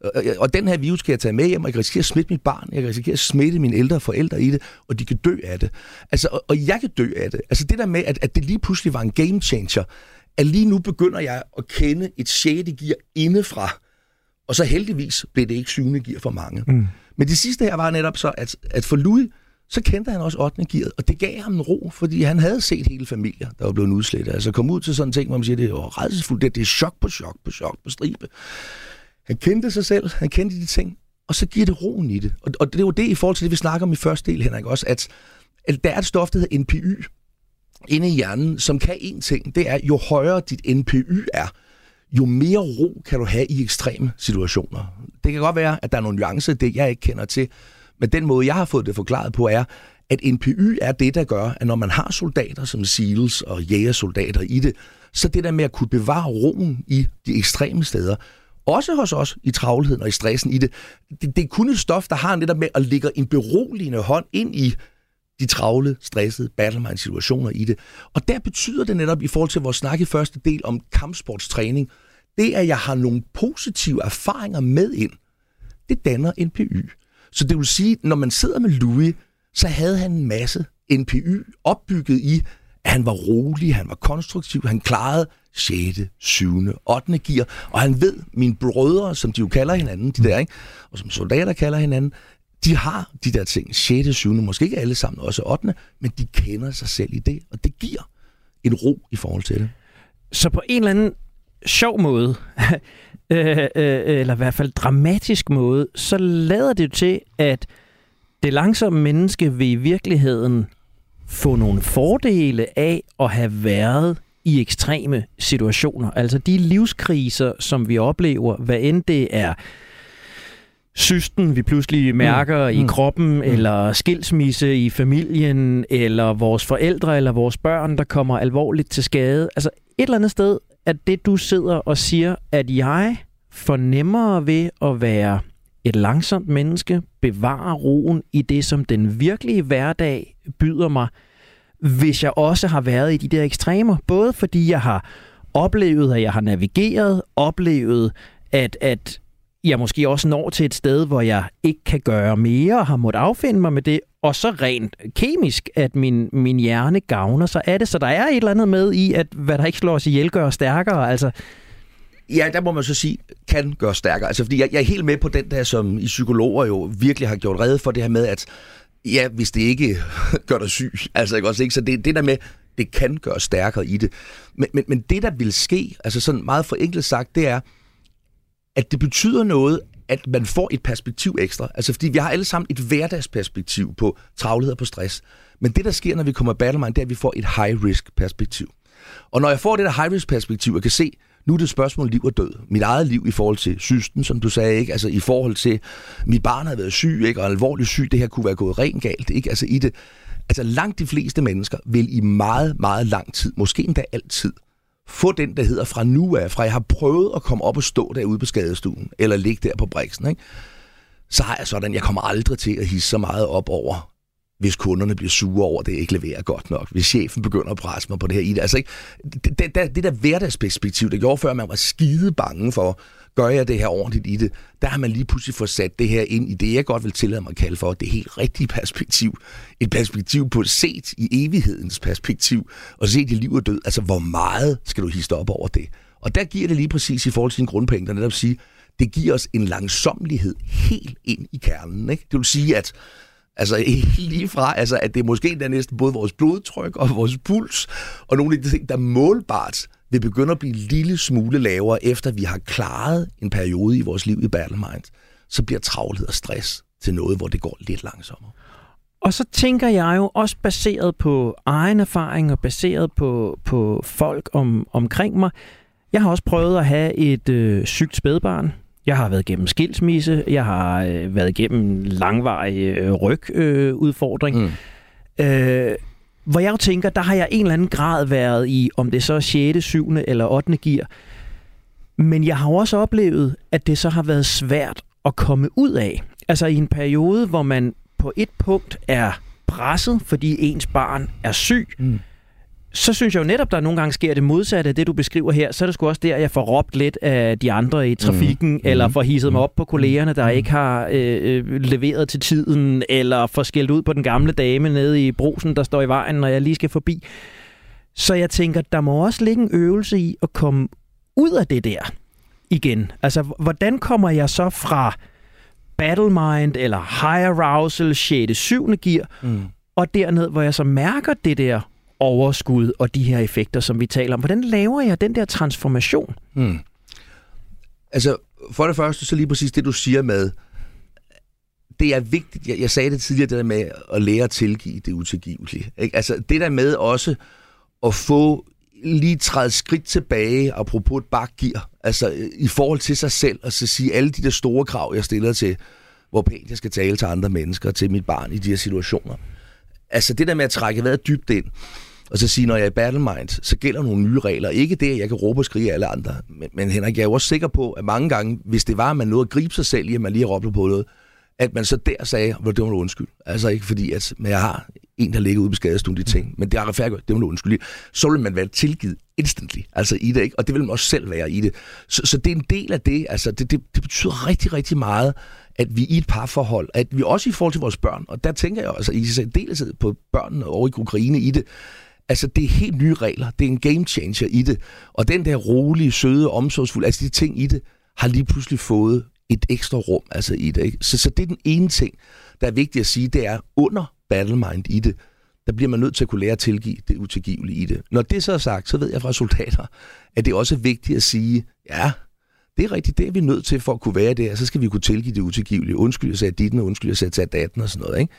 Og, og den her virus kan jeg tage med hjem, og jeg kan risikere at smitte mit barn, jeg kan risikere at smitte mine ældre forældre i det, og de kan dø af det. Altså, og, og jeg kan dø af det. Altså det der med, at, at det lige pludselig var en game changer, at lige nu begynder jeg at kende et sjette gear indefra, og så heldigvis blev det ikke syvende gear for mange. Mm. Men det sidste her var netop så, at, at for Louis, så kendte han også ottende gearet, og det gav ham en ro, fordi han havde set hele familier, der var blevet udslettet. Altså kom ud til sådan en ting, hvor man siger, det er rædselsfuldt, det, det er chok på chok på chok på stribe. Han kendte sig selv, han kendte de ting, og så giver det roen i det. Og, og det er jo det i forhold til det, vi snakker om i første del, Henrik, også, at, at der er et stof, der hedder N P Y inde i hjernen, som kan en ting, det er, jo højere dit N P Y er, jo mere ro kan du have i ekstreme situationer. Det kan godt være, at der er nogle nuancer, det jeg ikke kender til, men den måde, jeg har fået det forklaret på, er, at N P Y er det, der gør, at når man har soldater som SEALs og jægersoldater i det, så det der med at kunne bevare roen i de ekstreme steder, også hos os i travlheden og i stressen i det, det, det er kun et stof, der har netop med at lægge en beroligende hånd ind i de travle, stressede battlemind-situationer i det. Og der betyder det netop, i forhold til vores snak i første del om kampsportstræning, det at jeg har nogle positive erfaringer med ind, det danner N P Y. Så det vil sige, når man sidder med Louis, så havde han en masse N P Y opbygget i, at han var rolig, han var konstruktiv, han klarede sjette, syvende, ottende gear, og han ved, mine brødre, som de jo kalder hinanden, de der, ikke? Og som soldater kalder hinanden, de har de der ting, sjette, syvende, måske ikke alle sammen, også ottende, men de kender sig selv i det, og det giver en ro i forhold til det. Så på en eller anden sjov måde, øh, øh, eller i hvert fald dramatisk måde, så lader det til, at det langsomme menneske vil i virkeligheden få nogle fordele af at have været i ekstreme situationer. Altså de livskriser, som vi oplever, hvad end det er cysten, vi pludselig mærker mm. i kroppen, mm. eller skilsmisse i familien, eller vores forældre, eller vores børn, der kommer alvorligt til skade. Altså et eller andet sted, at det du sidder og siger, at jeg fornemmer ved at være et langsomt menneske, bevare roen i det, som den virkelige hverdag byder mig, hvis jeg også har været i de der ekstremer. Både fordi jeg har oplevet, at jeg har navigeret, oplevet, at, at jeg måske også når til et sted, hvor jeg ikke kan gøre mere, og har måttet affinde mig med det, og så rent kemisk, at min, min hjerne gavner sig af det. Så der er et eller andet med i, at hvad der ikke slår os ihjel, gør os stærkere. Altså. Ja, der må man så sige, kan gøre stærkere. Altså, fordi jeg, jeg er helt med på den der, som i psykologer jo virkelig har gjort rede for det her med, at ja, hvis det ikke gør dig syg, altså ikke også ikke, så det, det der med, det kan gøre stærkere i det. Men, men, men det, der vil ske, altså sådan meget forenklet sagt, det er, at det betyder noget, at man får et perspektiv ekstra. Altså fordi vi har alle sammen et hverdagsperspektiv på travlhed og på stress. Men det, der sker, når vi kommer i Battlemind, det er, at vi får et high-risk-perspektiv. Og når jeg får det der high-risk-perspektiv, og kan se, nu er det et spørgsmål liv og død. Mit eget liv i forhold til cysten, som du sagde, ikke? Altså i forhold til, mit barn havde været syg, ikke? Og alvorligt syg, det her kunne være gået rent galt, ikke? Altså i det, altså langt de fleste mennesker vil i meget, meget lang tid, måske endda altid, få den, der hedder fra nu af, fra jeg har prøvet at komme op og stå derude på skadestuen, eller ligge der på briksen, ikke? Så har jeg sådan, jeg kommer aldrig til at hisse så meget op over, hvis kunderne bliver sure over, det ikke leverer godt nok. Hvis chefen begynder at presse mig på det her i det. Altså ikke, det, det, det, det der hverdagsperspektiv, der gjorde før, man var skide bange for, gør jeg det her ordentligt i det, der har man lige pludselig fået sat det her ind i det, jeg godt vil tillade mig at kalde for, det helt rigtige perspektiv. Et perspektiv på set i evighedens perspektiv, og set i liv og død. Altså, hvor meget skal du hisse op over det? Og der giver det lige præcis i forhold til sin grundpoint, der netop sige, det giver os en langsommelighed helt ind i kernen. Ikke? Det vil sige, at altså lige fra, altså, at det er måske der næsten både vores blodtryk og vores puls, og nogle af de ting, der målbart vil begynde at blive en lille smule lavere, efter vi har klaret en periode i vores liv i Battlemind, så bliver travlhed og stress til noget, hvor det går lidt langsommere. Og så tænker jeg jo også baseret på egen erfaring og baseret på, på folk om, omkring mig. Jeg har også prøvet at have et øh, sygt spædbarn. Jeg har været igennem skilsmisse. Jeg har øh, været igennem langvarig øh, rygudfordring. Øh, mm. øh, hvor jeg jo tænker, der har jeg en eller anden grad været i, om det så er sjette, syvende eller ottende gear. Men jeg har også oplevet, at det så har været svært at komme ud af. Altså i en periode, hvor man på et punkt er presset, fordi ens barn er syg, mm. så synes jeg jo netop, der nogle gange sker det modsatte af det, du beskriver her. Så er det sgu også der, jeg får råbt lidt af de andre i trafikken, mm. eller får hisset mig op på kollegerne, der ikke har øh, leveret til tiden, eller får skældt ud på den gamle dame nede i brusen, der står i vejen, når jeg lige skal forbi. Så jeg tænker, der må også ligge en øvelse i at komme ud af det der igen. Altså, hvordan kommer jeg så fra battle mind eller high arousal, sjette, syvende gear, mm. og derned, hvor jeg så mærker det der overskud og de her effekter, som vi taler om. Hvordan laver jeg den der transformation? Hmm. Altså, for det første, så lige præcis det, du siger med, det er vigtigt, jeg, jeg sagde det tidligere, det der med at lære at tilgive det utilgivelige. Ikke? Altså, det der med også at få lige træde skridt tilbage, apropos et bakgear, altså i forhold til sig selv, og så sige alle de der store krav, jeg stiller til, hvor pænt jeg skal tale til andre mennesker, til mit barn i de her situationer. Altså det der med at trække vejret dybt ind, og så sige, når jeg er i battle mind, så gælder nogle nye regler. Ikke det, at jeg kan råbe og skrige alle andre. Men, men Henrik, jeg er jo også sikker på, at mange gange, hvis det var, at man nåede at gribe sig selv i, at man lige har råbt på noget, at man så der sagde, hvor det var noget undskyld. Altså ikke fordi, at men jeg har en, der ligger ude på skadestuen, de ting, men det er retfærdigt, det var noget undskyld. Så vil man være tilgivet instantly, altså i det, ikke? Og det vil man også selv være i det. Så, så det er en del af det, altså det, det, det betyder rigtig, rigtig meget, at vi i et parforhold, at vi også i forhold til vores børn, og der tænker jeg altså i særdeleshed på børnene over i Ukraine i det, altså det er helt nye regler, det er en game changer i det, og den der rolige, søde, omsorgsfulde, altså de ting i det, har lige pludselig fået et ekstra rum, altså i det, ikke? Så, så det er den ene ting, der er vigtigt at sige, det er under battle mind i det, der bliver man nødt til at kunne lære at tilgive det utilgivelige i det. Når det så er sagt, så ved jeg fra soldater, at det er også vigtigt at sige, ja, det er rigtigt, det er vi nødt til for at kunne være det, og så skal vi kunne tilgive det utilgivelige. Undskyld, jeg sagde ditten, og undskyld, jeg sagde datten og sådan noget, ikke?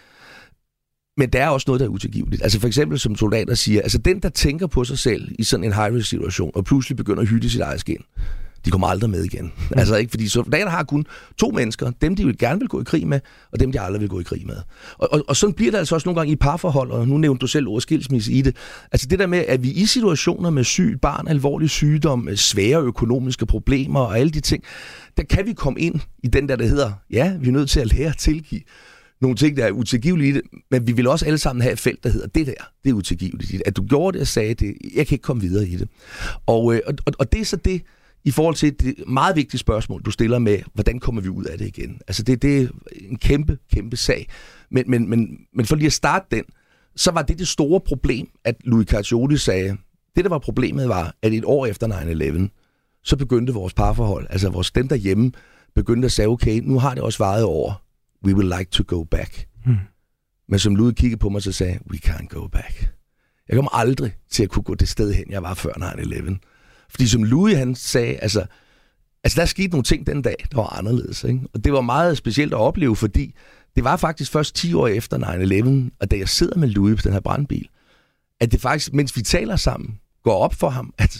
Men der er også noget, der er utilgiveligt. Altså for eksempel, som soldater siger, altså den, der tænker på sig selv i sådan en high-risk-situation, og pludselig begynder at hytte sit eget skin, de kommer aldrig med igen. Mm. Altså ikke, fordi soldater har kun to mennesker, dem de vil gerne vil gå i krig med, og dem de aldrig vil gå i krig med. Og, og, og sådan bliver det altså også nogle gange i parforhold, og nu nævnte du selv ordet skilsmisse i det. Altså det der med, at vi i situationer med syg barn, alvorlig sygdom, svære økonomiske problemer og alle de ting, der kan vi komme ind i den der, der hedder, ja, vi er nødt til at lære at tilgive nogle ting, der er utilgivelige i det, men vi vil også alle sammen have et felt, der hedder, det der, det er utilgiveligt i det. At du gjorde det og sagde det, jeg kan ikke komme videre i det. Og, og, og det er så det, i forhold til det meget vigtige spørgsmål, du stiller med, hvordan kommer vi ud af det igen? Altså det, det er en kæmpe, kæmpe sag. Men, men, men, men for lige at starte den, så var det det store problem, at Louis Carcioli sagde, det der var problemet var, at et år efter nine eleven, så begyndte vores parforhold, altså vores dem derhjemme, begyndte at sige, okay, nu har det også varet over, we would like to go back. Hmm. Men som Louis kiggede på mig, så sagde, we can't go back. Jeg kommer aldrig til at kunne gå det sted hen, jeg var før nine eleven. Fordi som Louis han sagde, altså, altså der skete nogle ting den dag, der var anderledes. Ikke? Og det var meget specielt at opleve, fordi det var faktisk først ti år efter nine eleven, og da jeg sidder med Louis på den her brandbil, at det faktisk, mens vi taler sammen, går op for ham, at,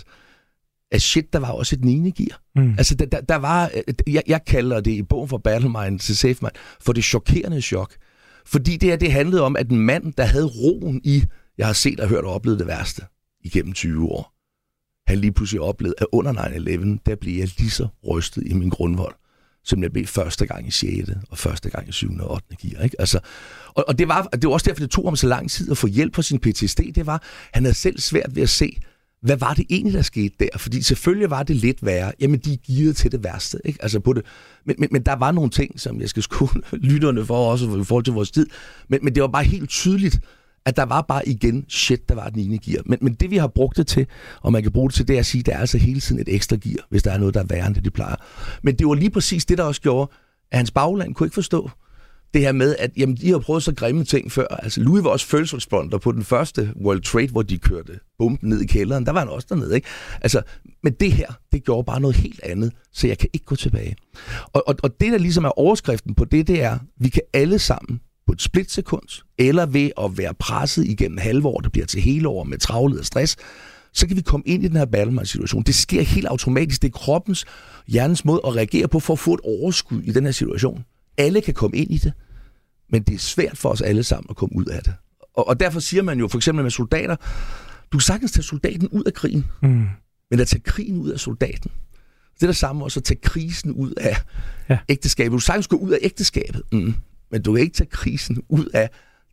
at shit, der var også et niende gear. Mm. Altså der, der, der var, jeg, jeg kalder det i bogen for Battle Mind til Safe Mind, for det chokerende chok. Fordi det her, det handlede om, at en mand, der havde roen i, jeg har set og hørt og oplevet det værste igennem tyve år, han lige pludselig oplevede, at under nine eleven, der blev jeg lige så rystet i min grundvold, som jeg blev første gang i sjette og første gang i syvende og ottende gear. Ikke? Altså, og, og det var, det var også derfor, det tog ham så lang tid at få hjælp på sin P T S D. Det var, han havde selv svært ved at se, hvad var det egentlig, der skete der? Fordi selvfølgelig var det lidt værre. Jamen, de gearede til det værste. Ikke? Altså på det. Men, men, men der var nogle ting, som jeg skal skole lytterne for også i forhold til vores tid. Men, men det var bare helt tydeligt, at der var bare igen shit, der var den niende gear. Men, men det, vi har brugt det til, og man kan bruge det til, det er at sige, at der er altså hele tiden et ekstra gear, hvis der er noget, der er værre end det, de plejer. Men det var lige præcis det, der også gjorde, at hans bagland kunne ikke forstå det her med, at jamen, de har prøvet så grimme ting før. Altså, Louis var også first responder på den første World Trade, hvor de kørte bomben ned i kælderen. Der var han også dernede, ikke? Altså, men det her, det gjorde bare noget helt andet, så jeg kan ikke gå tilbage. Og, og, og det, der ligesom er overskriften på det, det er, vi kan alle sammen på et splitsekund, eller ved at være presset igennem halve år, der bliver til hele år med travlhed og stress, så kan vi komme ind i den her battle-situation. Det sker helt automatisk. Det er kroppens, hjernens måde at reagere på for at få et overskud i den her situation. Alle kan komme ind i det, men det er svært for os alle sammen at komme ud af det. Og, og derfor siger man jo for eksempel med soldater, du kan sagtens tage soldaten ud af krigen, mm. men at tage krigen ud af soldaten, det er det samme også at tage krisen ud af ja. ægteskabet. Du kan sagtens gå ud af ægteskabet, mm. men du kan ikke tage krisen ud af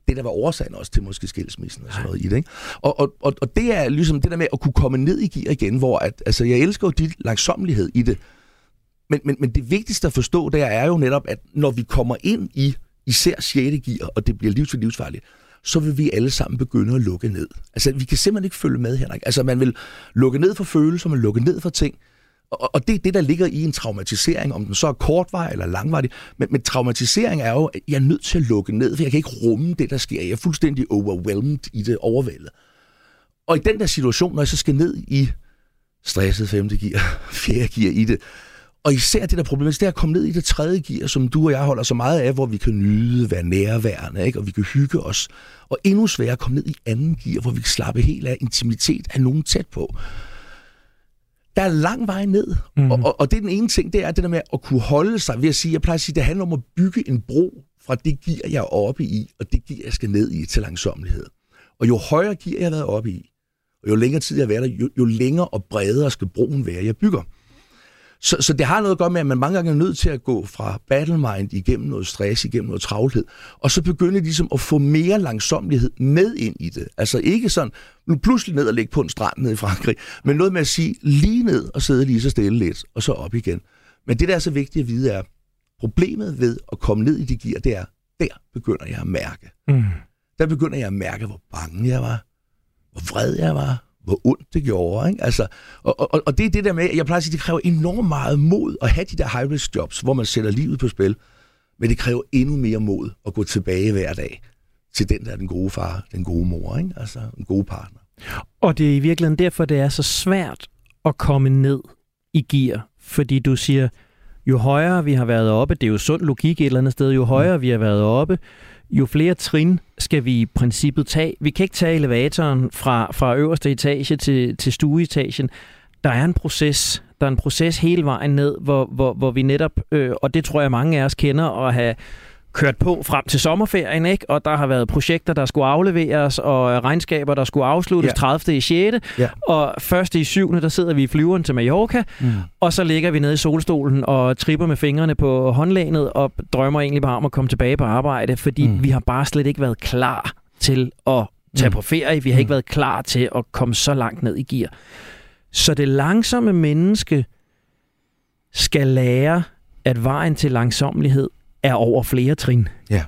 det, der var årsagen også til måske skilsmissen og sådan noget i det, ikke? Og, og, og, og det er ligesom det der med at kunne komme ned i gear igen, hvor at, altså, jeg elsker jo dit langsommelighed i det, men, men, men det vigtigste at forstå, der er jo netop, at når vi kommer ind i især sjette gear, og det bliver livs for livsfarligt, så vil vi alle sammen begynde at lukke ned. Altså, vi kan simpelthen ikke følge med, Henrik. Altså, man vil lukke ned for følelser, man lukke ned for ting, og, og det er det, der ligger i en traumatisering, om den så er kortvarig eller langvarig. Men, men traumatisering er jo, at jeg er nødt til at lukke ned, for jeg kan ikke rumme det, der sker. Jeg er fuldstændig overwhelmed i det, overvældet. Og i den der situation, når jeg så skal ned i stresset femte gear, fjerde gear i det, og især det der problem, det er at komme ned i det tredje gear, som du og jeg holder så meget af, hvor vi kan nyde, være nærværende, ikke? Og vi kan hygge os. Og endnu sværere at komme ned i anden gear, hvor vi kan slappe helt af intimitet af nogen tæt på. Der er lang vej ned, mm. og, og, og det er den ene ting, det er det der med at kunne holde sig ved at sige, jeg plejer at sige, det handler om at bygge en bro fra det gear, jeg er oppe i, og det gear, jeg skal ned i til langsommelighed. Og jo højere gear jeg har været oppe i, og jo længere tid jeg har været der, jo, jo længere og bredere skal broen være, jeg bygger. Så, så det har noget at gøre med, at man mange gange er nødt til at gå fra battle mind igennem noget stress, igennem noget travlhed, og så begynde ligesom at få mere langsommelighed med ind i det. Altså ikke sådan, nu pludselig ned og ligge på en strand nede i Frankrig, men noget med at sige lige ned og sidde lige så stille lidt, og så op igen. Men det, der er så vigtigt at vide, er, problemet ved at komme ned i de gear, det er, der begynder jeg at mærke. Mm. Der begynder jeg at mærke, hvor bange jeg var, hvor vred jeg var, hvor ondt det gjorde, ikke? Altså, og, og, og det er det der med, jeg plejer at sige, det kræver enormt meget mod at have de der high-risk jobs, hvor man sætter livet på spil, men det kræver endnu mere mod at gå tilbage hver dag til den der den gode far, den gode mor, ikke? Altså en god partner. Og det er i virkeligheden derfor, det er så svært at komme ned i gear, fordi du siger, jo højere vi har været oppe, det er jo sund logik et eller andet sted, jo højere mm. vi har været oppe, jo flere trin skal vi i princippet tage. Vi kan ikke tage elevatoren fra, fra øverste etage til, til stueetagen. Der er en proces. Der er en proces hele vejen ned, hvor, hvor, hvor vi netop, øh, og det tror jeg mange af os kender, at have kørt på frem til sommerferien, ikke? Og der har været projekter, der skulle afleveres, og regnskaber, der skulle afsluttes ja. tredivte i sjette Ja. Og første i syvende der sidder vi i flyveren til Mallorca, mm. og så ligger vi nede i solstolen og tripper med fingrene på håndlænet og drømmer egentlig bare om at komme tilbage på arbejde, fordi mm. vi har bare slet ikke været klar til at tage mm. på ferie. Vi har ikke været klar til at komme så langt ned i gear. Så det langsomme menneske skal lære, at vejen til langsommelighed er over flere trin. Ja.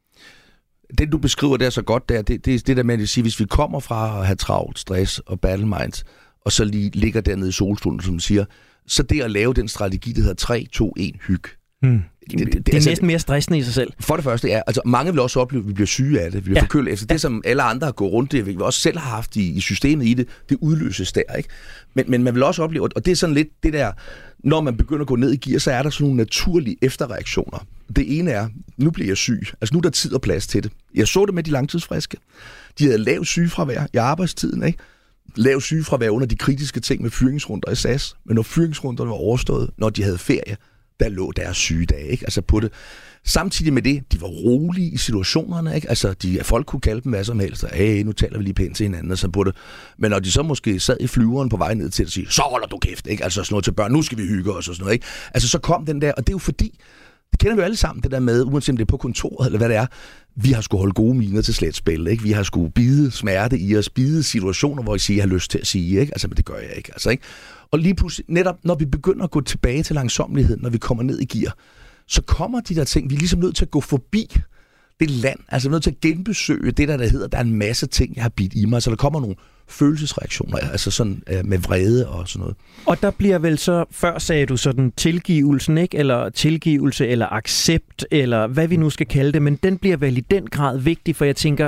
Det, du beskriver der så godt, der, det, det er det der med at sige, hvis vi kommer fra at have travlt, stress og battle minds, og så lige ligger dernede i solstolen, som siger, så det at lave den strategi, der hedder tre, to, et, hyg. Hmm. Det, det, det, det er altså, næsten mere stressende i sig selv. For det første, ja. Altså, mange vil også opleve, at vi bliver syge af det. Vi bliver ja. forkølet efter ja. det, som alle andre har gået rundt det, vi også selv har haft i, i systemet i det. Det udløses der, ikke? Men, men man vil også opleve, og det er sådan lidt det der, når man begynder at gå ned i gear, så er der sådan nogle naturlige efterreaktioner. Det ene er, nu bliver jeg syg. Altså nu er der tid og plads til det. Jeg så det med de langtidsfriske. De havde lav sygefravær i arbejdstiden, ikke? Lav sygefravær under de kritiske ting med fyringsrunder i S A S. Men når fyringsrunderne var overstået, når de havde ferie, der lå deres sygedage, ikke? Altså på det. Samtidig med det, de var rolige i situationerne, ikke? Altså, de, folk kunne kalde dem hvad som helst, og hey, nu taler vi lige pænt til hinanden, og så på det. Men når de så måske sad i flyveren på vej ned til at sige, så holder du kæft, ikke? Altså sådan noget til børn, nu skal vi hygge os, og sådan noget, ikke? Altså, så kom den der, og det er jo fordi, det kender vi jo alle sammen, det der med, uanset om det er på kontoret, eller hvad det er, vi har skulle holde gode miner til slet spil, ikke? Vi har skulle bide smerte i os, bide situationer, hvor I siger, jeg har lyst til at sige, ikke? Altså, men det gør jeg ikke, altså, ikke? Og lige pludselig, netop når vi begynder at gå tilbage til langsommelighed, når vi kommer ned i gear, så kommer de der ting, vi er ligesom nødt til at gå forbi det land, altså vi er nødt til at genbesøge det der, der hedder, der er en masse ting, jeg har bidt i mig, så der kommer nogle følelsesreaktioner, altså sådan øh, med vrede og sådan noget. Og der bliver vel så, før sagde du sådan tilgivelsen, ikke? Eller tilgivelse, eller accept, eller hvad vi nu skal kalde det, men den bliver vel i den grad vigtig, for jeg tænker,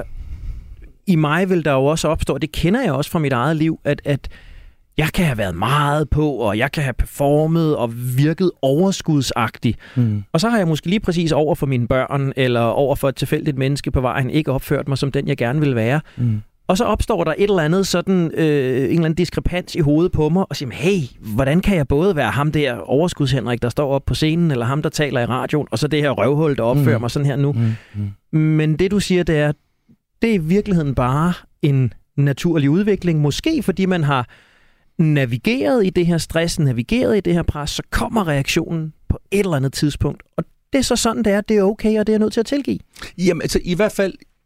i mig vil der jo også opstå, og det kender jeg også fra mit eget liv, at, at jeg kan have været meget på, og jeg kan have performet og virket overskudsagtig. Mm. Og så har jeg måske lige præcis over for mine børn, eller over for et tilfældigt menneske på vejen, ikke opført mig som den, jeg gerne vil være. Mm. Og så opstår der et eller andet sådan, øh, en eller anden diskrepans i hovedet på mig, og siger, hey, hvordan kan jeg både være ham der overskudshenrik, der står op på scenen, eller ham, der taler i radioen, og så det her røvhul, der opfører mm. mig sådan her nu. Mm. Mm. Men det, du siger, det er, det er i virkeligheden bare en naturlig udvikling. Måske fordi man har navigeret i det her stress, navigeret i det her pres, så kommer reaktionen på et eller andet tidspunkt. Og det er så sådan, det er. Det er okay, og det er nødt til at tilgive. Jamen, altså i hvert fald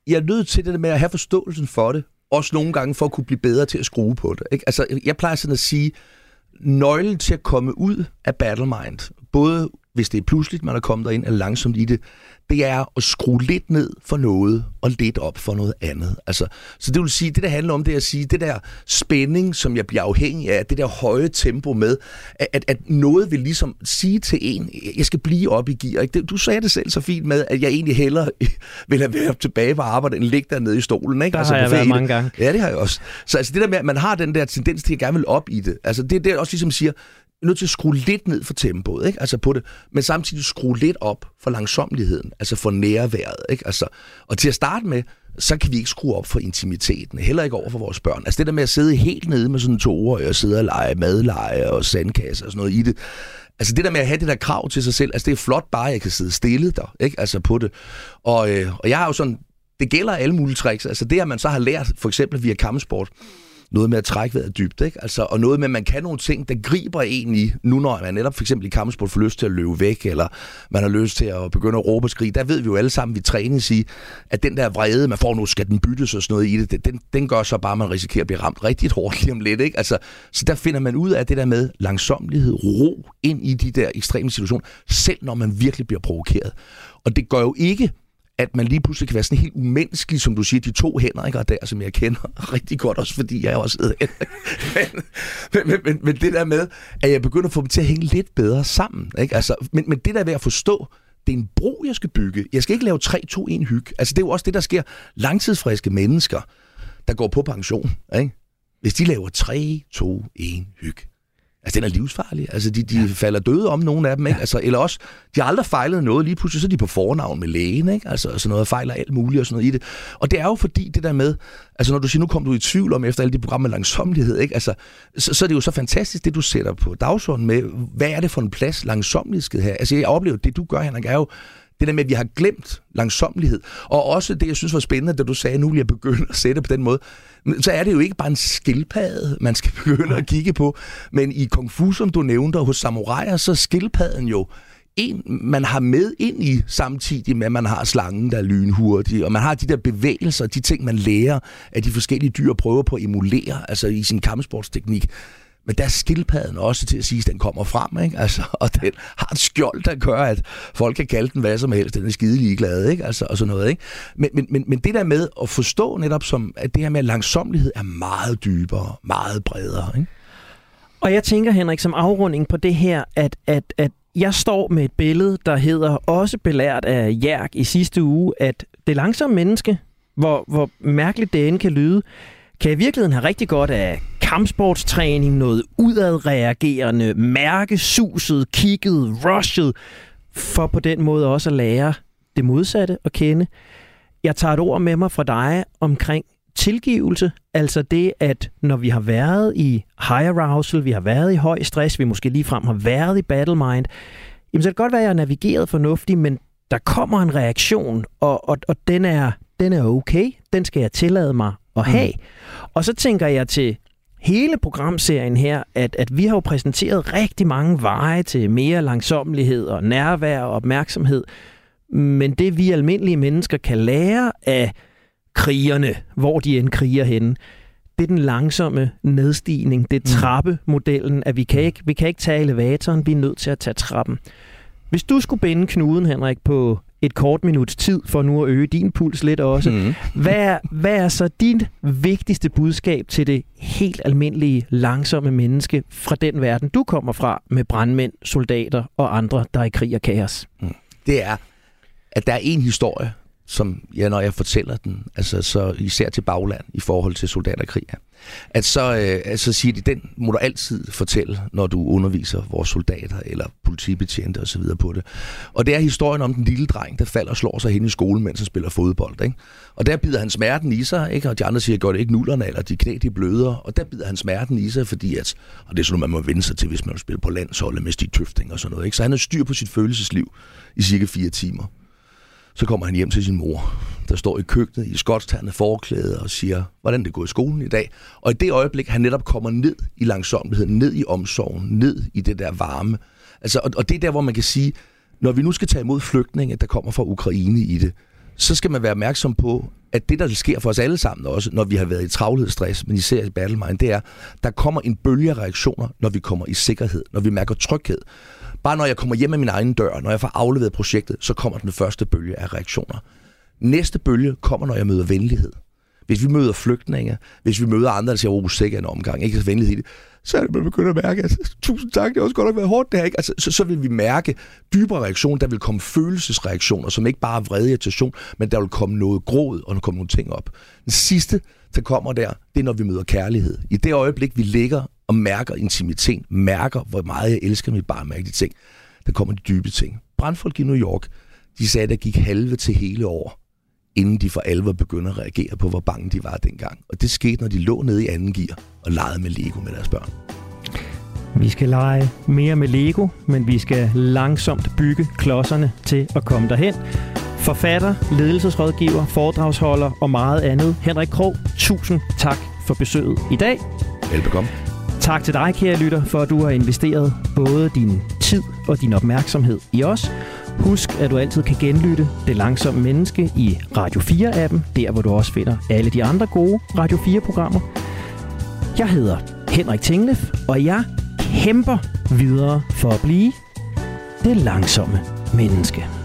jeg er nødt til det med at have forståelsen for det, også nogle gange for at kunne blive bedre til at skrue på det. Ikke? Altså, jeg plejer sådan at sige, nøglen til at komme ud af Battlemind, både hvis det er pludseligt, man er kommet derind, eller langsomt i det, det er at skrue lidt ned for noget, og lidt op for noget andet. Altså, så det vil sige, det der handler om, det er at sige, det der spænding, som jeg bliver afhængig af, det der høje tempo med, at, at noget vil ligesom sige til en, jeg skal blive op i gear. Ikke? Du sagde det selv så fint med, at jeg egentlig hellere vil have været tilbage på arbejde, end ligge dernede i stolen. Ikke? Der altså, har jeg været mange gange. Ja, det har jeg også. Så altså, det der med, at man har den der tendens til at gerne vil op i det, altså det, det er også ligesom siger, nødt til at skrue lidt ned for tempoet, ikke? Altså på det, men samtidig skrue lidt op for langsomligheden, altså for nærværet, ikke? Altså, og til at starte med, så kan vi ikke skrue op for intimiteten, heller ikke over for vores børn. Altså det der med at sidde helt nede med sådan to år og sidde og lege madleje og sandkasse og sådan noget i det, altså det der med at have det der krav til sig selv, altså det er flot bare, at jeg kan sidde stille der, ikke? Altså på det. Og, øh, og jeg har jo sådan, det gælder alle mulige tricks, altså det at man så har lært, for eksempel via kampsport, noget med at trække vejret dybt, ikke? Altså, og noget med, at man kan nogle ting, der griber en i, nu når man netop for eksempel i kampsport får lyst til at løbe væk, eller man har lyst til at begynde at råbe og skrige. Der ved vi jo alle sammen, vi trænes i, at den der vrede, man får nu, skal den byttes og sådan noget i det, den, den gør så bare, at man risikerer at blive ramt rigtig hårdt lige om lidt, ikke? Altså, så der finder man ud af det der med langsomlighed, ro ind i de der ekstreme situationer, selv når man virkelig bliver provokeret. Og det gør jo ikke, at man lige pludselig kan være sådan helt umenneskelig, som du siger, de to hænder, ikke? Og der, som jeg kender rigtig godt, også fordi jeg også sidder men, men, men, men det der med, at jeg begynder at få dem til at hænge lidt bedre sammen, ikke? Altså, men, men det der ved at forstå, det er en bro, jeg skal bygge. Jeg skal ikke lave tre to en hyg. Altså, det er jo også det, der sker. Langtidsfriske mennesker, der går på pension, ikke? Hvis de laver tre to en hyg, altså, den er livsfarlig. Altså, de, de ja. falder døde om, nogle af dem, ikke? Ja. Altså, eller også, de har aldrig fejlet noget. Lige pludselig så er de på fornavn med lægen, ikke? Altså, sådan noget, fejler alt muligt og sådan noget i det. Og det er jo fordi, det der med, altså, når du siger, nu kommer du i tvivl om, efter alle de programmer med langsomlighed, ikke? Altså, så, så er det jo så fantastisk, det du sætter på dagsordenen med, hvad er det for en plads langsomlighed skal have? Altså, jeg oplever, det du gør, Henrik, er jo, det der med, at vi har glemt langsomlighed. Og også det, jeg synes var spændende, da du sagde, nu vil jeg begynde at sætte på den måde. Så er det jo ikke bare en skildpadde, man skal begynde at kigge på. Men i Kung Fu, som du nævnte, hos samuraier, så er skildpadden jo en, man har med ind i, samtidig med, at man har slangen, der er lynhurtig. Og man har de der bevægelser, de ting, man lærer af de forskellige dyr, prøver på at emulere, altså i sin kampsportsteknik. Men der er skildpadden også til at sige, at den kommer frem, ikke? Altså, og den har et skjold, der gør, at folk kan kalde den hvad som helst. Den er skide ligeglad, ikke? Altså, og sådan noget, ikke? Men, men, men, men det der med at forstå netop som, at det her med langsomlighed er meget dybere, meget bredere, ikke? Og jeg tænker, Henrik, som afrunding på det her, at, at, at jeg står med et billede, der hedder, også belært af Jerk i sidste uge, at det langsomme menneske, hvor, hvor mærkeligt det end kan lyde, kan i virkeligheden have rigtig godt af kampsportstræning, noget udadreagerende, mærkesuset, kigget, rushet, for på den måde også at lære det modsatte at kende. Jeg tager et ord med mig fra dig omkring tilgivelse, altså det, at når vi har været i high arousal, vi har været i høj stress, vi måske ligefrem har været i battle mind, jamen så kan det godt være, at jeg er navigeret fornuftigt, men der kommer en reaktion, og, og, og den, er, den er okay, den skal jeg tillade mig at have. Mm. Og så tænker jeg til hele programserien her, at, at vi har jo præsenteret rigtig mange veje til mere langsommelighed og nærvær og opmærksomhed, men det vi almindelige mennesker kan lære af krigerne, hvor de end kriger henne, det er den langsomme nedstigning, det er trappemodellen, at vi kan ikke, vi kan ikke tage elevatoren, vi er nødt til at tage trappen. Hvis du skulle binde knuden, Henrik, på et kort minuts tid, for nu at øge din puls lidt også, mm. hvad, er, hvad er så din vigtigste budskab til det helt almindelige, langsomme menneske fra den verden, du kommer fra, med brandmænd, soldater og andre, der er i krig og kaos? Mm. Det er, at der er en historie, som ja, når jeg fortæller den, altså så især til bagland i forhold til soldaterkrig, at så, øh, altså siger de, den må du altid fortælle, når du underviser vores soldater eller politibetjente og så videre på det. Og det er historien om den lille dreng, der falder og slår sig hen i skolen, mens han spiller fodbold, ikke? Og der bider han smerten i sig, ikke? Og de andre siger, gør det ikke nullerne, eller de knæ, de bløder. Og der bider han smerten i sig, fordi at, og det er sådan noget, man må vende sig til, hvis man vil spille på landsholdet med Stig Tøfting og sådan noget, ikke? Så han har styr på sit følelsesliv i cirka fire timer. Så kommer han hjem til sin mor, der står i køkkenet i skotsterne forklæde og siger, hvordan det går i skolen i dag. Og i det øjeblik, han netop kommer ned i langsomligheden, ned i omsorgen, ned i det der varme. Altså, og, og det er der, hvor man kan sige, når vi nu skal tage imod flygtninge, der kommer fra Ukraine i det, så skal man være opmærksom på, at det, der sker for os alle sammen også, når vi har været i travlhedsstress, men især i battlemind, det er, der kommer en bølge af reaktioner, når vi kommer i sikkerhed, når vi mærker tryghed. Bare når jeg kommer hjem af min egen dør, når jeg får afleveret projektet, så kommer den første bølge af reaktioner. Næste bølge kommer, når jeg møder venlighed. Hvis vi møder flygtninge, hvis vi møder andre, der siger, oh, sikker en omgang, ikke så venlighed i det, så er det, man begynder at mærke, at tusind tak, det har også godt nok været hårdt det her, ikke? Altså, så, så vil vi mærke dybere reaktioner, der vil komme følelsesreaktioner, som ikke bare er vrede irritation, men der vil komme noget gråd, og der kommer nogle ting op. Den sidste, der kommer der, det er, når vi møder kærlighed. I det øjeblik, vi ligger og mærker intimitet, mærker, hvor meget jeg elsker mit barn, mærker de ting, der kommer de dybe ting. Brandfolk i New York, de sagde, at der gik halve til hele år, inden de for alvor begynder at reagere på, hvor bange de var dengang. Og det skete, når de lå nede i anden gear og legede med Lego med deres børn. Vi skal lege mere med Lego, men vi skal langsomt bygge klodserne til at komme derhen. Forfatter, ledelsesrådgiver, foredragsholder og meget andet. Henrik Krogh, tusind tak for besøget i dag. Velbekomme. Tak til dig, kære lytter, for at du har investeret både din tid og din opmærksomhed i os. Husk, at du altid kan genlytte Det Langsomme Menneske i Radio fire-appen, der hvor du også finder alle de andre gode Radio fire-programmer. Jeg hedder Henrik Tinglef, og jeg kæmper videre for at blive det langsomme menneske.